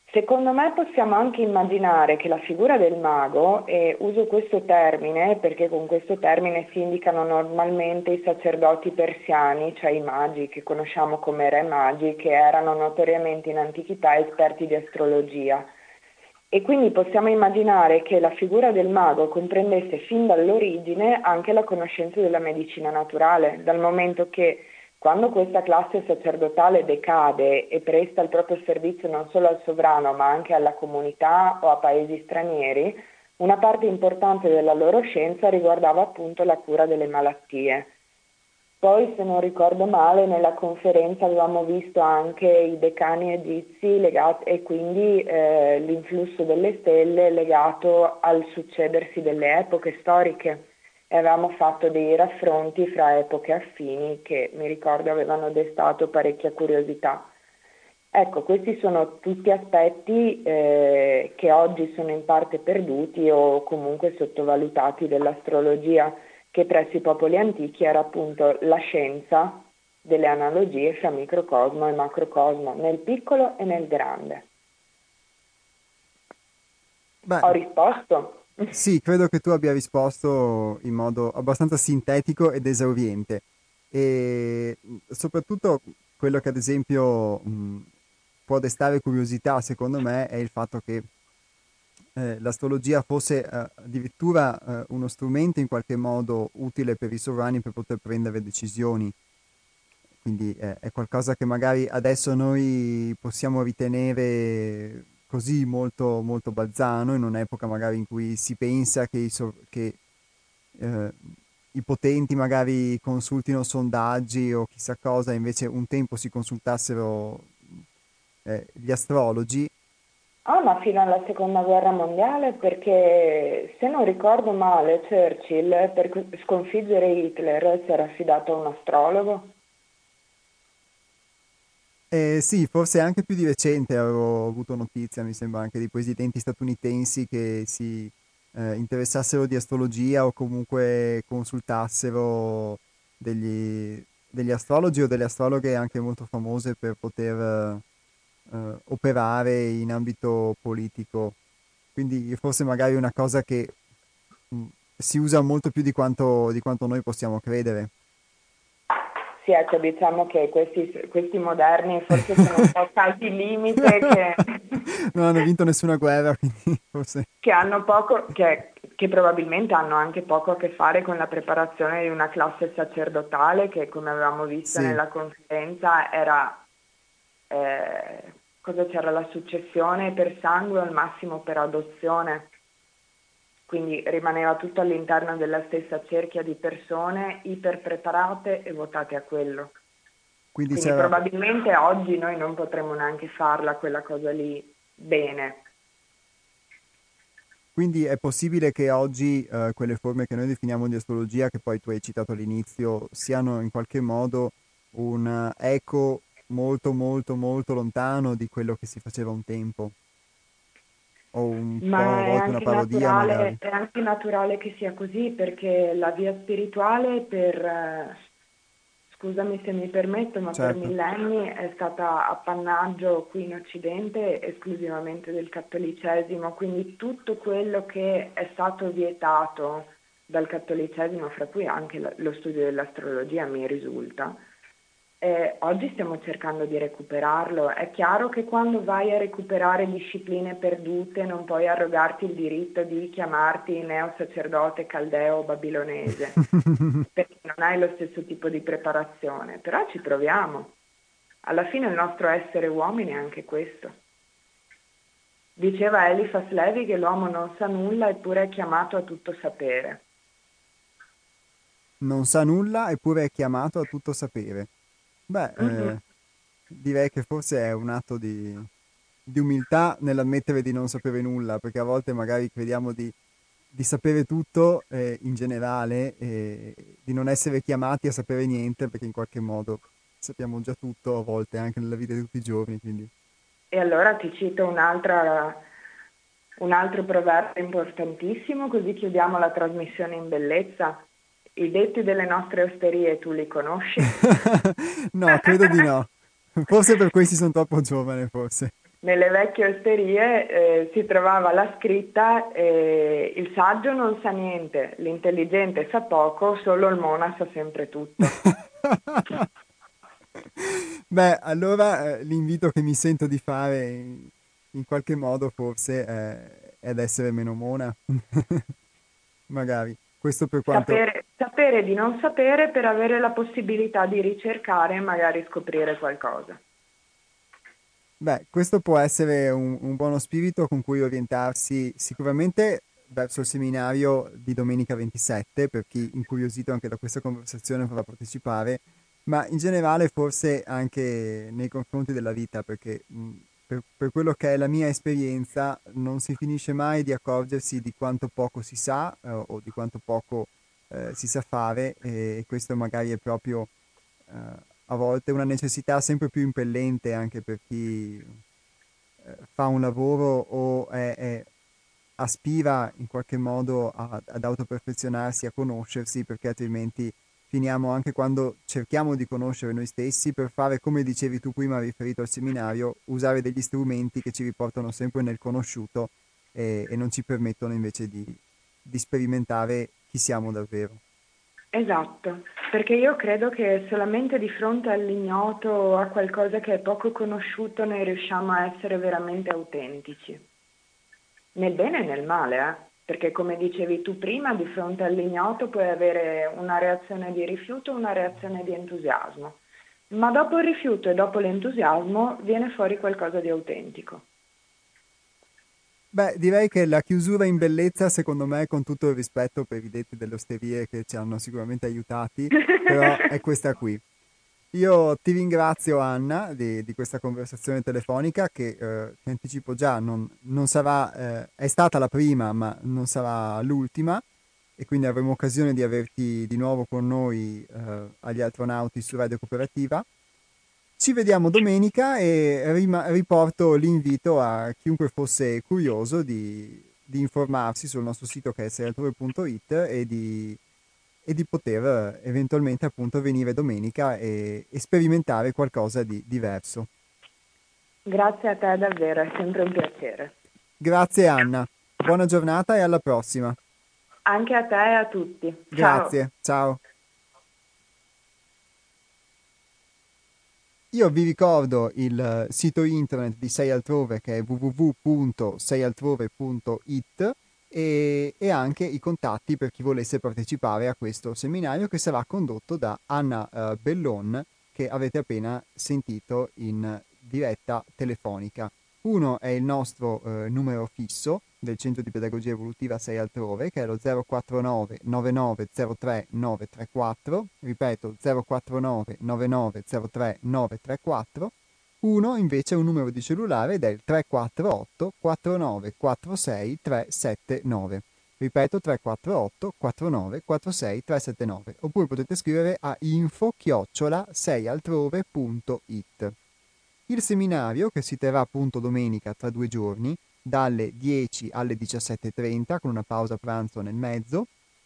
Secondo me possiamo anche immaginare che la figura del mago, e uso questo termine perché con questo termine si indicano normalmente i sacerdoti persiani, cioè i magi che conosciamo come re magi, che erano notoriamente in antichità esperti di astrologia. E quindi possiamo immaginare che la figura del mago comprendesse fin dall'origine anche la conoscenza della medicina naturale, dal momento che quando questa classe sacerdotale decade e presta il proprio servizio non solo al sovrano ma anche alla comunità o a paesi stranieri, una parte importante della loro scienza riguardava appunto la cura delle malattie. Poi, se non ricordo male, nella conferenza avevamo visto anche i decani egizi legati, e quindi eh, l'influsso delle stelle legato al succedersi delle epoche storiche. E avevamo fatto dei raffronti fra epoche affini che mi ricordo avevano destato parecchia curiosità. Ecco, questi sono tutti aspetti eh, che oggi sono in parte perduti o comunque sottovalutati dell'astrologia, che presso i popoli antichi era appunto la scienza delle analogie fra microcosmo e macrocosmo, nel piccolo e nel grande. Beh, Ho risposto? sì, credo che tu abbia risposto in modo abbastanza sintetico ed esauriente. E mh, soprattutto quello che ad esempio mh, può destare curiosità, secondo me, è il fatto che eh, l'astrologia fosse eh, addirittura eh, uno strumento in qualche modo utile per i sovrani per poter prendere decisioni. Quindi eh, è qualcosa che magari adesso noi possiamo ritenere così molto, molto balzano, in un'epoca magari in cui si pensa che i, sov- che, eh, i potenti magari consultino sondaggi o chissà cosa, invece un tempo si consultassero eh, gli astrologi. Ah, ma fino alla seconda guerra mondiale, perché se non ricordo male, Churchill per sconfiggere Hitler si era affidato a un astrologo. Eh, sì, forse anche più di recente avevo avuto notizia, mi sembra, anche di presidenti statunitensi che si eh, interessassero di astrologia o comunque consultassero degli, degli astrologi o delle astrologhe anche molto famose per poter eh, operare in ambito politico. Quindi forse magari una cosa che mh, si usa molto più di quanto, di quanto noi possiamo credere. Sì, ecco, diciamo che questi, questi moderni forse sono un po' casi limite che, Non hanno vinto nessuna guerra, quindi forse... che hanno poco, che, che probabilmente hanno anche poco a che fare con la preparazione di una classe sacerdotale che, come avevamo visto Sì. nella conferenza, era, eh, cosa c'era? La successione per sangue o al massimo per adozione. Quindi rimaneva tutto all'interno della stessa cerchia di persone iperpreparate e votate a quello. Quindi Quindi c'era... probabilmente oggi noi non potremo neanche farla quella cosa lì bene. Quindi è possibile che oggi eh, quelle forme che noi definiamo di astrologia, che poi tu hai citato all'inizio, siano in qualche modo un eh, eco molto molto molto lontano di quello che si faceva un tempo, o un po' a Ma è volte una anche parodia naturale, magari. è anche naturale che sia così, perché la via spirituale per, eh, scusami se mi permetto, ma per Certo. millenni è stata appannaggio qui in Occidente esclusivamente del cattolicesimo, quindi tutto quello che è stato vietato dal cattolicesimo, fra cui anche la- lo studio dell'astrologia mi risulta, eh, oggi stiamo cercando di recuperarlo. È chiaro che quando vai a recuperare discipline perdute non puoi arrogarti il diritto di chiamarti neosacerdote caldeo o babilonese, perché non hai lo stesso tipo di preparazione, però ci proviamo. Alla fine il nostro essere uomini è anche questo. Diceva Eliphas Levi che l'uomo non sa nulla eppure è chiamato a tutto sapere. Non sa nulla eppure è chiamato a tutto sapere. Beh, Mm-mm. eh, direi che forse è un atto di, di umiltà nell'ammettere di non sapere nulla, perché a volte magari crediamo di, di sapere tutto eh, in generale e di non essere chiamati a sapere niente, perché in qualche modo sappiamo già tutto a volte, anche nella vita di tutti i giorni, quindi... E allora ti cito un'altra, un altro proverbio importantissimo, così chiudiamo la trasmissione in bellezza. I detti delle nostre osterie tu li conosci? No, credo di no. Forse per questo sono troppo giovane, forse. nelle vecchie osterie eh, si trovava la scritta eh, il saggio non sa niente, l'intelligente sa poco, solo il mona sa sempre tutto. Beh, allora eh, l'invito che mi sento di fare in, in qualche modo forse è, è ad essere meno mona. Magari. Questo per quanto... Sapere, sapere di non sapere per avere la possibilità di ricercare e magari scoprire qualcosa. Beh, questo può essere un, un buono spirito con cui orientarsi sicuramente verso il seminario di domenica ventisette, per chi incuriosito anche da questa conversazione vorrà partecipare, ma in generale forse anche nei confronti della vita, perché mh, per, per quello che è la mia esperienza non si finisce mai di accorgersi di quanto poco si sa eh, o di quanto poco eh, si sa fare e questo magari è proprio eh, a volte una necessità sempre più impellente anche per chi eh, fa un lavoro o è, è- aspira in qualche modo a- ad autoperfezionarsi, a conoscersi, perché altrimenti finiamo anche quando cerchiamo di conoscere noi stessi per fare, come dicevi tu prima riferito al seminario, usare degli strumenti che ci riportano sempre nel conosciuto e, e non ci permettono invece di, di sperimentare chi siamo davvero. Esatto, perché io credo che solamente di fronte all'ignoto o a qualcosa che è poco conosciuto noi riusciamo a essere veramente autentici, nel bene e nel male, eh? Perché come dicevi tu prima, di fronte all'ignoto puoi avere una reazione di rifiuto o una reazione di entusiasmo, ma dopo il rifiuto e dopo l'entusiasmo viene fuori qualcosa di autentico. Beh, direi che la chiusura in bellezza, secondo me, con tutto il rispetto per i detti delle osterie che ci hanno sicuramente aiutati, però è questa qui. Io ti ringrazio, Anna, di, di questa conversazione telefonica che, eh, ti anticipo già, non, non sarà, eh, è stata la prima, ma non sarà l'ultima, e quindi avremo occasione di averti di nuovo con noi, eh, agli Astronauti su Radio Cooperativa. Ci vediamo domenica e rima- riporto l'invito a chiunque fosse curioso di, di informarsi sul nostro sito che è serialtrove punto it e di, e di poter eh, eventualmente appunto venire domenica e, e sperimentare qualcosa di diverso. Grazie a te davvero, è sempre un piacere. Grazie Anna, buona giornata e alla prossima. Anche a te e a tutti. Ciao. Grazie, ciao. Io vi ricordo il eh, sito internet di Sei Altrove che è w w w punto sei altrove punto it e, e anche i contatti per chi volesse partecipare a questo seminario che sarà condotto da Anna eh, Bellon che avete appena sentito in diretta telefonica. Uno è il nostro eh, numero fisso del Centro di Pedagogia Evolutiva sei Altrove, che è lo zero quattro nove nove nove zero tre nove tre quattro, ripeto zero quattro nove nove nove zero tre nove tre quattro. Uno invece è un numero di cellulare ed è il tre quattro otto quattro nove quattro sei tre sette nove. Ripeto tre quattro otto quattro nove quattro sei tre sette nove. Oppure potete scrivere a info chiocciola sei altrove punto it. Il seminario, che si terrà appunto domenica tra due giorni, dalle dieci alle diciassette e trenta, con una pausa pranzo nel mezzo,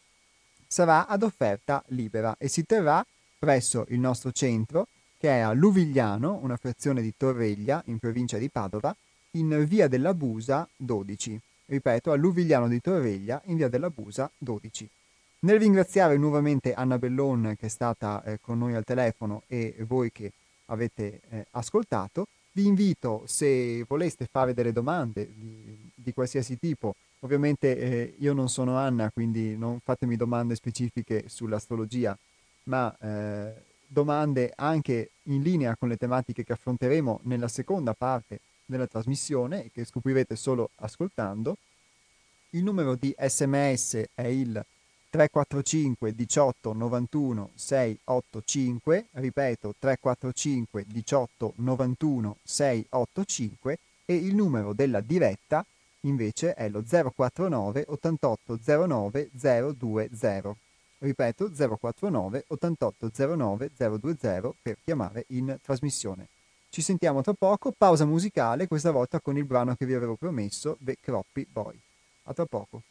sarà ad offerta libera e si terrà presso il nostro centro, che è a Luvigliano, una frazione di Torreglia, in provincia di Padova, in via della Busa dodici. Ripeto, a Luvigliano di Torreglia, in via della Busa dodici. Nel ringraziare nuovamente Anna Bellon che è stata eh, con noi al telefono e voi che avete eh, ascoltato, vi invito, se voleste fare delle domande di, di qualsiasi tipo, ovviamente eh, io non sono Anna, quindi non fatemi domande specifiche sull'astrologia, ma eh, domande anche in linea con le tematiche che affronteremo nella seconda parte della trasmissione e che scoprirete solo ascoltando. Il numero di sms è il tre quattro cinque diciotto novantuno seicentottantacinque, ripeto tre quattro cinque diciotto novantuno seicentottantacinque e il numero della diretta invece è lo zero quattro nove ottantotto zero nove zero due zero. Ripeto zero quattro nove ottantotto zero nove zero due zero per chiamare in trasmissione. Ci sentiamo tra poco, pausa musicale, questa volta con il brano che vi avevo promesso, The Croppy Boy. A tra poco.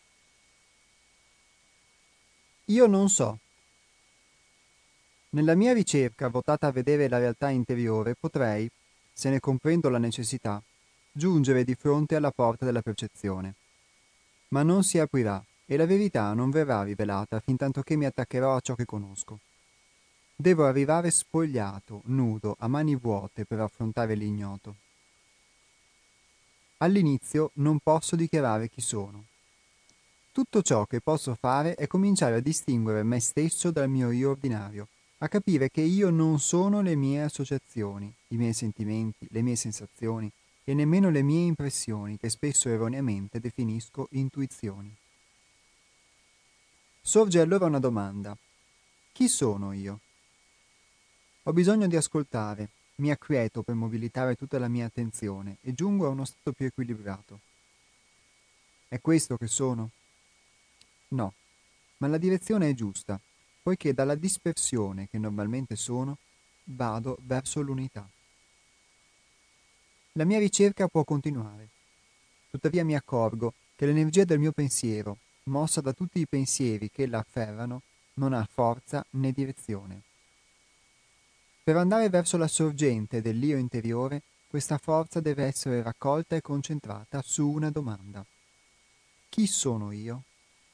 Io non so. Nella mia ricerca votata a vedere la realtà interiore potrei, se ne comprendo la necessità, giungere di fronte alla porta della percezione. Ma non si aprirà e la verità non verrà rivelata fintanto che mi attaccherò a ciò che conosco. Devo arrivare spogliato, nudo, a mani vuote per affrontare l'ignoto. All'inizio non posso dichiarare chi sono. Tutto ciò che posso fare è cominciare a distinguere me stesso dal mio io ordinario, a capire che io non sono le mie associazioni, i miei sentimenti, le mie sensazioni e nemmeno le mie impressioni che spesso erroneamente definisco intuizioni. Sorge allora una domanda. Chi sono io? Ho bisogno di ascoltare, mi acquieto per mobilitare tutta la mia attenzione e giungo a uno stato più equilibrato. È questo che sono? No, ma la direzione è giusta, poiché dalla dispersione che normalmente sono, vado verso l'unità. La mia ricerca può continuare. Tuttavia mi accorgo che l'energia del mio pensiero, mossa da tutti i pensieri che la afferrano, non ha forza né direzione. Per andare verso la sorgente dell'io interiore, questa forza deve essere raccolta e concentrata su una domanda. Chi sono io?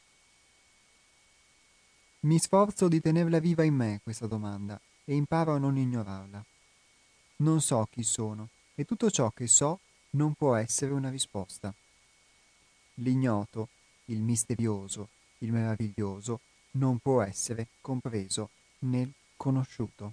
Mi sforzo di tenerla viva in me questa domanda e imparo a non ignorarla. Non so chi sono e tutto ciò che so non può essere una risposta. L'ignoto, il misterioso, il meraviglioso non può essere compreso nel conosciuto.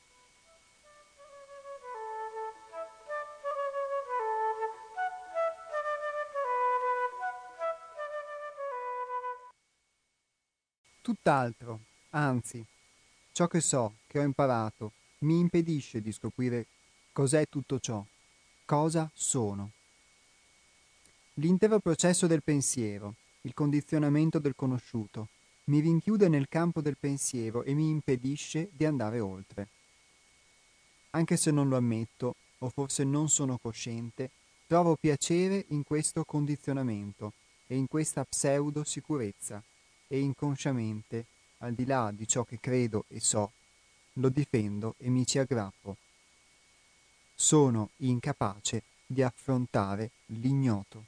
Tutt'altro, anzi, ciò che so, che ho imparato, mi impedisce di scoprire cos'è tutto ciò, cosa sono. L'intero processo del pensiero, il condizionamento del conosciuto, mi rinchiude nel campo del pensiero e mi impedisce di andare oltre. Anche se non lo ammetto, o forse non sono cosciente, trovo piacere in questo condizionamento e in questa pseudo sicurezza, e inconsciamente, al di là di ciò che credo e so, lo difendo e mi ci aggrappo. Sono incapace di affrontare l'ignoto.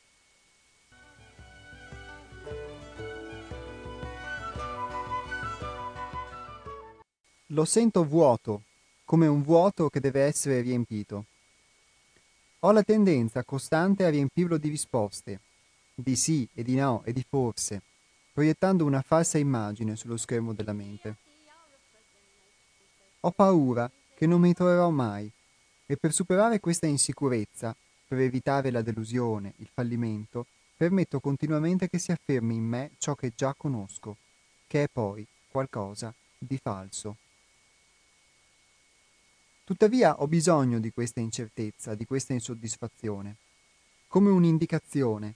Lo sento vuoto, come un vuoto che deve essere riempito. Ho la tendenza costante a riempirlo di risposte, di sì e di no e di forse, proiettando una falsa immagine sullo schermo della mente. Ho paura che non mi troverò mai e per superare questa insicurezza, per evitare la delusione, il fallimento, permetto continuamente che si affermi in me ciò che già conosco, che è poi qualcosa di falso. Tuttavia ho bisogno di questa incertezza, di questa insoddisfazione, come un'indicazione.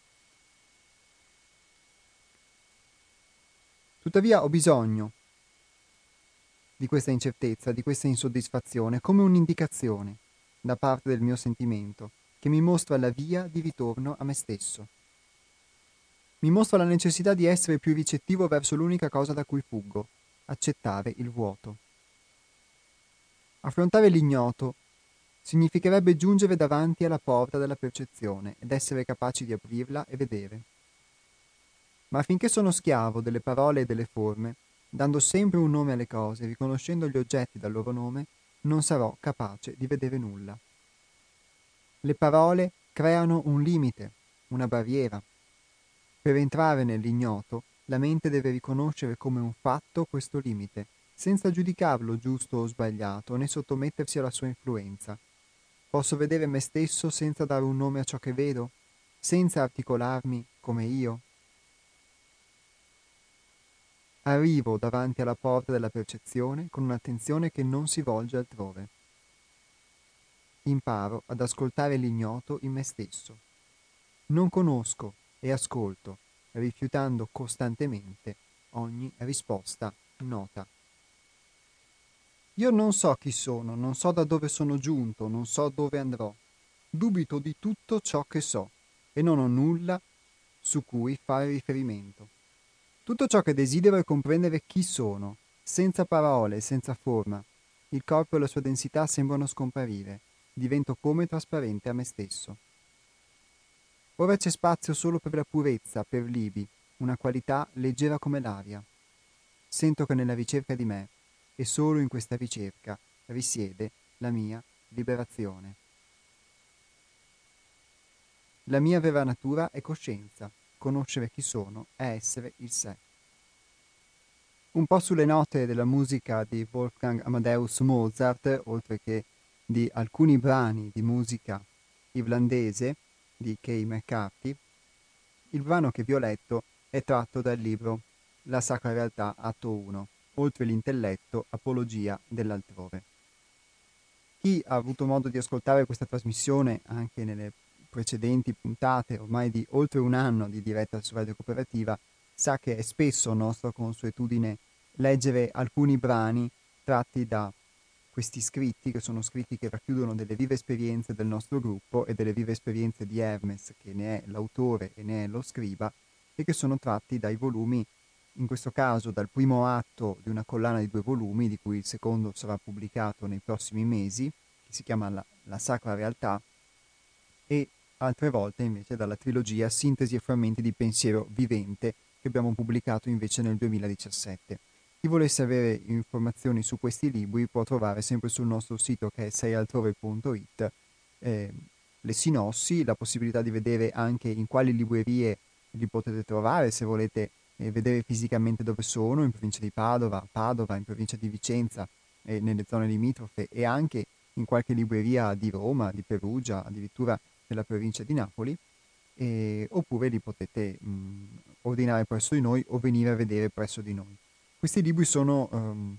Tuttavia ho bisogno di questa incertezza, di questa insoddisfazione, come un'indicazione da parte del mio sentimento, che mi mostra la via di ritorno a me stesso. Mi mostra la necessità di essere più ricettivo verso l'unica cosa da cui fuggo, accettare il vuoto. Affrontare l'ignoto significherebbe giungere davanti alla porta della percezione ed essere capaci di aprirla e vedere. Ma finché sono schiavo delle parole e delle forme, dando sempre un nome alle cose, riconoscendo gli oggetti dal loro nome, non sarò capace di vedere nulla. Le parole creano un limite, una barriera. Per entrare nell'ignoto, la mente deve riconoscere come un fatto questo limite, senza giudicarlo giusto o sbagliato, né sottomettersi alla sua influenza. Posso vedere me stesso senza dare un nome a ciò che vedo, senza articolarmi come io. Arrivo davanti alla porta della percezione con un'attenzione che non si volge altrove. Imparo ad ascoltare l'ignoto in me stesso. Non conosco e ascolto, rifiutando costantemente ogni risposta nota. Io non so chi sono, non so da dove sono giunto, non so dove andrò. Dubito di tutto ciò che so e non ho nulla su cui fare riferimento. Tutto ciò che desidero è comprendere chi sono, senza parole, senza forma. Il corpo e la sua densità sembrano scomparire. Divento come trasparente a me stesso. Ora c'è spazio solo per la purezza, per Libby, una qualità leggera come l'aria. Sento che nella ricerca di me, e solo in questa ricerca, risiede la mia liberazione. La mia vera natura è coscienza. Conoscere chi sono è essere il sé. Un po' sulle note della musica di Wolfgang Amadeus Mozart, oltre che di alcuni brani di musica irlandese di Kay McCarthy, il brano che vi ho letto è tratto dal libro La Sacra Realtà, atto uno, Oltre l'intelletto, apologia dell'altrove. Chi ha avuto modo di ascoltare questa trasmissione anche nelle precedenti puntate, ormai di oltre un anno di diretta su Radio Cooperativa, sa che è spesso nostra consuetudine leggere alcuni brani tratti da questi scritti, che sono scritti che racchiudono delle vive esperienze del nostro gruppo e delle vive esperienze di Hermes, che ne è l'autore e ne è lo scriba, e che sono tratti dai volumi, in questo caso dal primo atto di una collana di due volumi, di cui il secondo sarà pubblicato nei prossimi mesi, che si chiama La, La Sacra Realtà, e altre volte invece dalla trilogia Sintesi e frammenti di pensiero vivente, che abbiamo pubblicato invece nel duemiladiciassette. Chi volesse avere informazioni su questi libri può trovare sempre sul nostro sito, che è sei altrove punto it, eh, le sinossi, la possibilità di vedere anche in quali librerie li potete trovare, se volete eh, vedere fisicamente dove sono, in provincia di Padova, a Padova, in provincia di Vicenza e nelle zone limitrofe, e anche in qualche libreria di Roma, di Perugia, addirittura nella provincia di Napoli, e, oppure li potete mh, ordinare presso di noi o venire a vedere presso di noi. Questi libri sono um,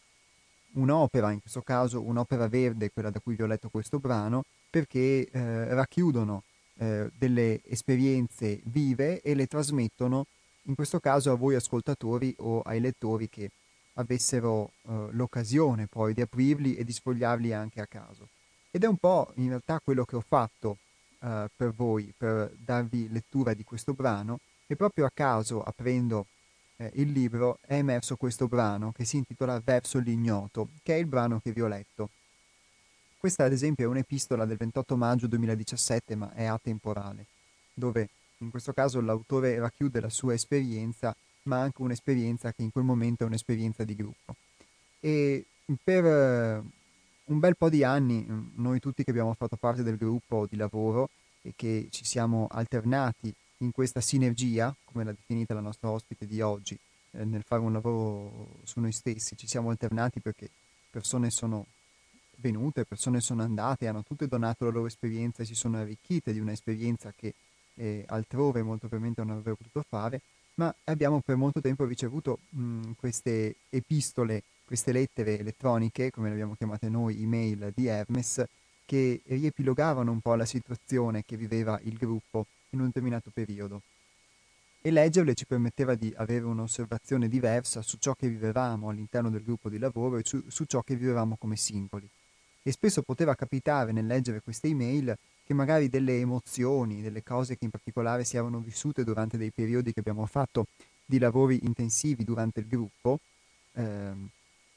un'opera, in questo caso un'opera verde, quella da cui vi ho letto questo brano, perché eh, racchiudono eh, delle esperienze vive e le trasmettono, in questo caso a voi ascoltatori o ai lettori che avessero eh, l'occasione poi di aprirli e di sfogliarli anche a caso. Ed è un po' in realtà quello che ho fatto eh, per voi, per darvi lettura di questo brano, e proprio a caso, aprendo eh, il libro, è emerso questo brano che si intitola Verso l'ignoto, che è il brano che vi ho letto. Questa ad esempio è un'epistola del ventotto maggio duemiladiciassette, ma è atemporale, dove in questo caso l'autore racchiude la sua esperienza, ma anche un'esperienza che in quel momento è un'esperienza di gruppo. E per eh, un bel po' di anni, mh, noi tutti che abbiamo fatto parte del gruppo di lavoro e che ci siamo alternati in questa sinergia, come l'ha definita la nostra ospite di oggi, eh, nel fare un lavoro su noi stessi, ci siamo alternati perché persone sono venute, persone sono andate, hanno tutte donato la loro esperienza e si sono arricchite di un'esperienza che eh, altrove molto probabilmente non avrebbero potuto fare, ma abbiamo per molto tempo ricevuto mh, queste epistole, queste lettere elettroniche, come le abbiamo chiamate noi, email di Hermes, che riepilogavano un po' la situazione che viveva il gruppo in un determinato periodo. E leggerle ci permetteva di avere un'osservazione diversa su ciò che vivevamo all'interno del gruppo di lavoro e su, su ciò che vivevamo come singoli. E spesso poteva capitare nel leggere queste email che magari delle emozioni, delle cose che in particolare si erano vissute durante dei periodi che abbiamo fatto di lavori intensivi durante il gruppo, ehm,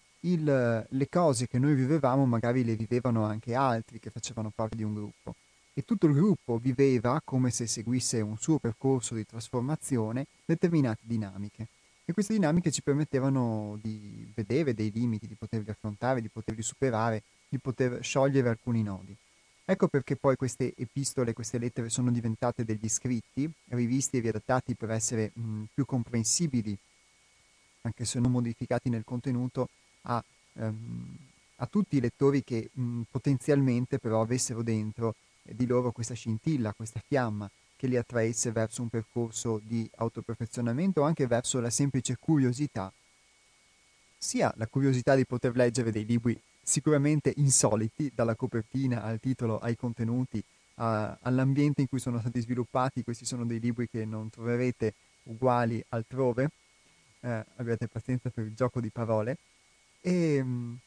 il, le cose che noi vivevamo magari le vivevano anche altri che facevano parte di un gruppo. E tutto il gruppo viveva, come se seguisse un suo percorso di trasformazione, determinate dinamiche. E queste dinamiche ci permettevano di vedere dei limiti, di poterli affrontare, di poterli superare, di poter sciogliere alcuni nodi. Ecco perché poi queste epistole, queste lettere sono diventate degli scritti, rivisti e riadattati per essere mh, più comprensibili, anche se non modificati nel contenuto, a, ehm, a tutti i lettori che mh, potenzialmente però avessero dentro eh, di loro questa scintilla, questa fiamma che li attraesse verso un percorso di autoperfezionamento o anche verso la semplice curiosità, sia la curiosità di poter leggere dei libri sicuramente insoliti, dalla copertina al titolo ai contenuti, a, all'ambiente in cui sono stati sviluppati. Questi sono dei libri che non troverete uguali altrove, eh, abbiate pazienza per il gioco di parole, e,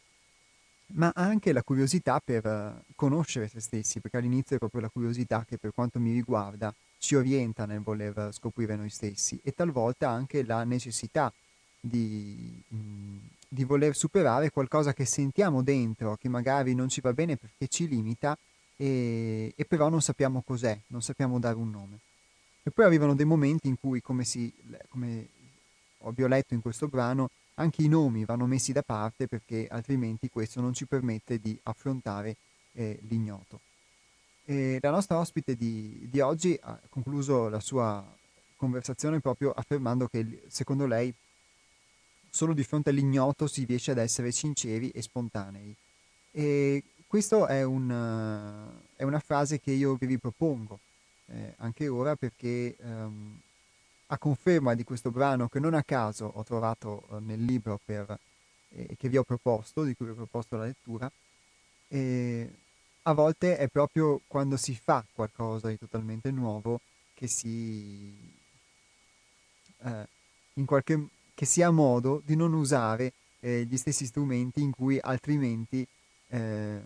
ma anche la curiosità per uh, conoscere se stessi, perché all'inizio è proprio la curiosità che per quanto mi riguarda ci orienta nel voler scoprire noi stessi, e talvolta anche la necessità di, mh, di voler superare qualcosa che sentiamo dentro, che magari non ci va bene perché ci limita, e, e però non sappiamo cos'è, non sappiamo dare un nome. E poi arrivano dei momenti in cui, come, si, come ho letto in questo brano, anche i nomi vanno messi da parte perché altrimenti questo non ci permette di affrontare eh, l'ignoto. E la nostra ospite di, di oggi ha concluso la sua conversazione proprio affermando che secondo lei solo di fronte all'ignoto si riesce ad essere sinceri e spontanei. E questo è, un, eh, è una frase che io vi ripropongo eh, anche ora perché ehm, a conferma di questo brano che non a caso ho trovato eh, nel libro per, eh, che vi ho proposto, di cui vi ho proposto la lettura, e a volte è proprio quando si fa qualcosa di totalmente nuovo che si eh, in qualche che si ha modo di non usare eh, gli stessi strumenti in cui altrimenti eh,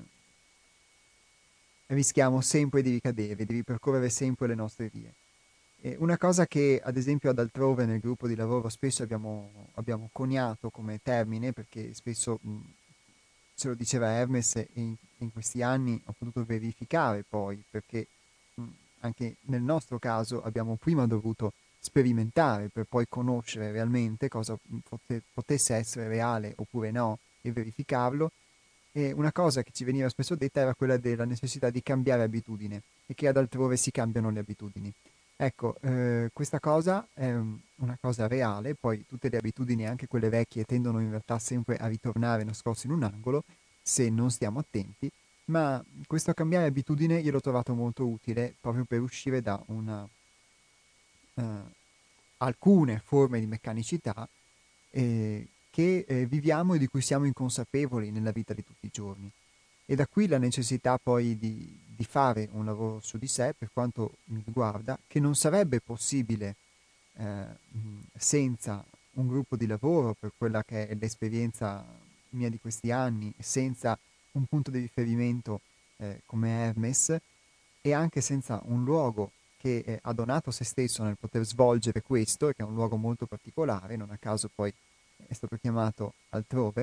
rischiamo sempre di ricadere, di ripercorrere sempre le nostre vie. E una cosa che ad esempio ad altrove nel gruppo di lavoro spesso abbiamo, abbiamo coniato come termine, perché spesso mh, ce lo diceva Hermes e in, in questi anni ho potuto verificare poi, perché mh, anche nel nostro caso abbiamo prima dovuto sperimentare per poi conoscere realmente cosa pote- potesse essere reale oppure no e verificarlo. E una cosa che ci veniva spesso detta era quella della necessità di cambiare abitudine e che ad altrove si cambiano le abitudini. Ecco, eh, questa cosa è um, una cosa reale, poi tutte le abitudini, anche quelle vecchie, tendono in realtà sempre a ritornare nascoste in un angolo se non stiamo attenti, ma questo cambiare abitudine io l'ho trovato molto utile proprio per uscire da una, eh, alcune forme di meccanicità eh, che eh, viviamo e di cui siamo inconsapevoli nella vita di tutti i giorni. E da qui la necessità poi di, di fare un lavoro su di sé, per quanto mi riguarda, che non sarebbe possibile eh, mh, senza un gruppo di lavoro, per quella che è l'esperienza mia di questi anni, senza un punto di riferimento eh, come Hermes e anche senza un luogo che eh, ha donato se stesso nel poter svolgere questo, e che è un luogo molto particolare, non a caso poi è stato chiamato altrove,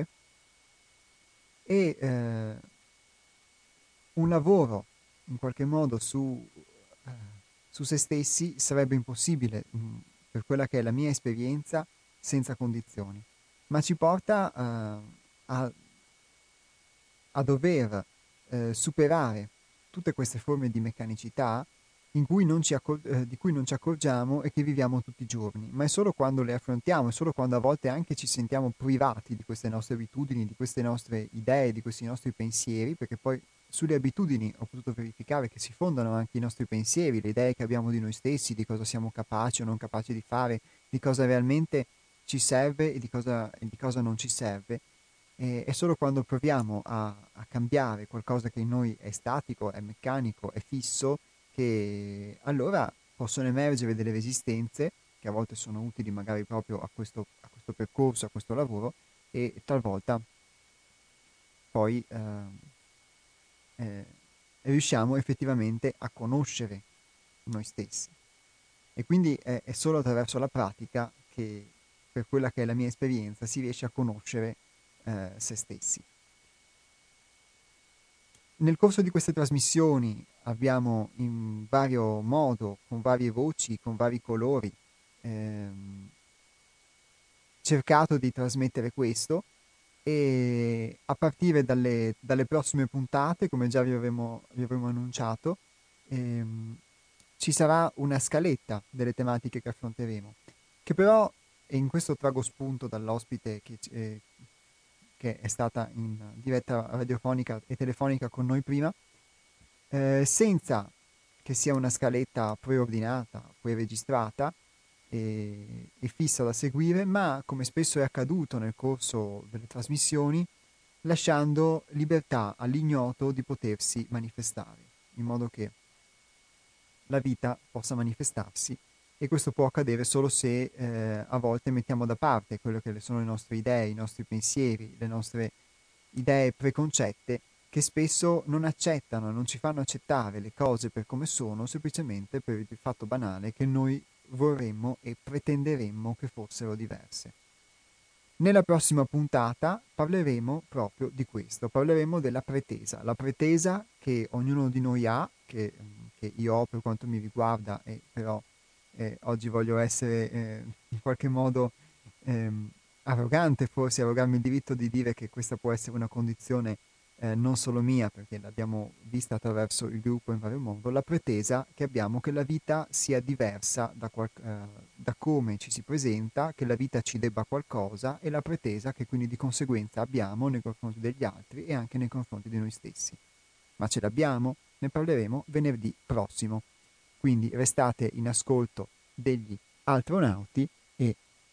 e eh, un lavoro in qualche modo su, eh, su se stessi sarebbe impossibile mh, per quella che è la mia esperienza senza condizioni, ma ci porta eh, a, a dover eh, superare tutte queste forme di meccanicità in cui non ci accor- eh, di cui non ci accorgiamo e che viviamo tutti i giorni, ma è solo quando le affrontiamo, è solo quando a volte anche ci sentiamo privati di queste nostre abitudini, di queste nostre idee, di questi nostri pensieri, perché poi sulle abitudini ho potuto verificare che si fondano anche i nostri pensieri, le idee che abbiamo di noi stessi, di cosa siamo capaci o non capaci di fare, di cosa realmente ci serve e di cosa, e di cosa non ci serve. E è solo quando proviamo a, a cambiare qualcosa che in noi è statico, è meccanico, è fisso, che allora possono emergere delle resistenze che a volte sono utili magari proprio a questo, a questo percorso, a questo lavoro e talvolta poi eh, eh, riusciamo effettivamente a conoscere noi stessi. E quindi è, è solo attraverso la pratica che, per quella che è la mia esperienza, si riesce a conoscere eh, se stessi. Nel corso di queste trasmissioni abbiamo in vario modo, con varie voci, con vari colori, ehm, cercato di trasmettere questo e a partire dalle, dalle prossime puntate, come già vi avremo, vi avremo annunciato, ehm, ci sarà una scaletta delle tematiche che affronteremo, che però, e in questo trago spunto dall'ospite che, eh, che è stata in diretta radiofonica e telefonica con noi prima, eh, senza che sia una scaletta preordinata, preregistrata e, e fissa da seguire, ma come spesso è accaduto nel corso delle trasmissioni, lasciando libertà all'ignoto di potersi manifestare, in modo che la vita possa manifestarsi e questo può accadere solo se eh, a volte mettiamo da parte quello che sono le nostre idee, i nostri pensieri, le nostre idee preconcette che spesso non accettano, non ci fanno accettare le cose per come sono, semplicemente per il fatto banale che noi vorremmo e pretenderemmo che fossero diverse. Nella prossima puntata parleremo proprio di questo, parleremo della pretesa, la pretesa che ognuno di noi ha, che, che io ho per quanto mi riguarda, e però eh, oggi voglio essere eh, in qualche modo ehm, arrogante, forse arrogarmi il diritto di dire che questa può essere una condizione eh, non solo mia, perché l'abbiamo vista attraverso il gruppo in vario modo, la pretesa che abbiamo che la vita sia diversa da, qual- eh, da come ci si presenta, che la vita ci debba qualcosa, e la pretesa che quindi di conseguenza abbiamo nei confronti degli altri e anche nei confronti di noi stessi. Ma ce l'abbiamo? Ne parleremo venerdì prossimo. Quindi restate in ascolto degli astronauti e,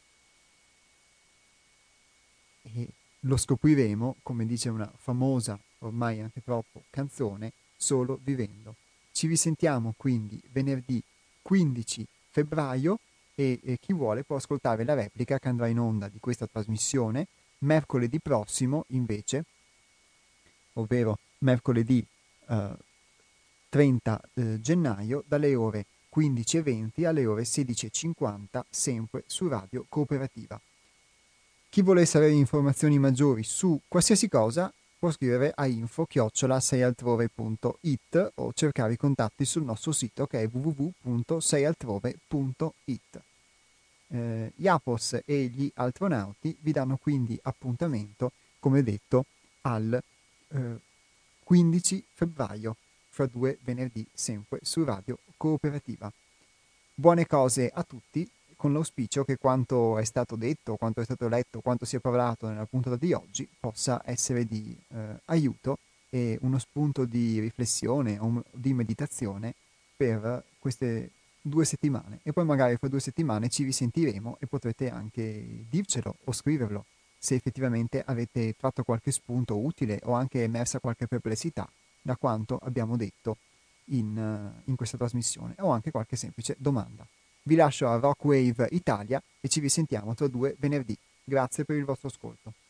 e lo scopriremo, come dice una famosa, ormai anche troppo, canzone, solo vivendo. Ci risentiamo quindi venerdì quindici febbraio e, e chi vuole può ascoltare la replica che andrà in onda di questa trasmissione mercoledì prossimo invece, ovvero mercoledì eh, trenta eh, gennaio dalle ore quindici e venti alle ore sedici e cinquanta sempre su Radio Cooperativa. Chi volesse avere informazioni maggiori su qualsiasi cosa può scrivere a info chiocciola seialtrove punto it o cercare i contatti sul nostro sito che è w w w punto seialtrove punto it. Eh, Iapos e gli astronauti vi danno quindi appuntamento, come detto, al eh, quindici febbraio, fra due venerdì, sempre su Radio Cooperativa. Buone cose a tutti, con l'auspicio che quanto è stato detto, quanto è stato letto, quanto si è parlato nella puntata di oggi possa essere di eh, aiuto e uno spunto di riflessione o di meditazione per queste due settimane. E poi magari fra due settimane ci risentiremo e potrete anche dircelo o scriverlo se effettivamente avete tratto qualche spunto utile o anche emersa qualche perplessità da quanto abbiamo detto in, in questa trasmissione, o anche qualche semplice domanda. Vi lascio a Rockwave Italia e ci risentiamo tra due venerdì. Grazie per il vostro ascolto.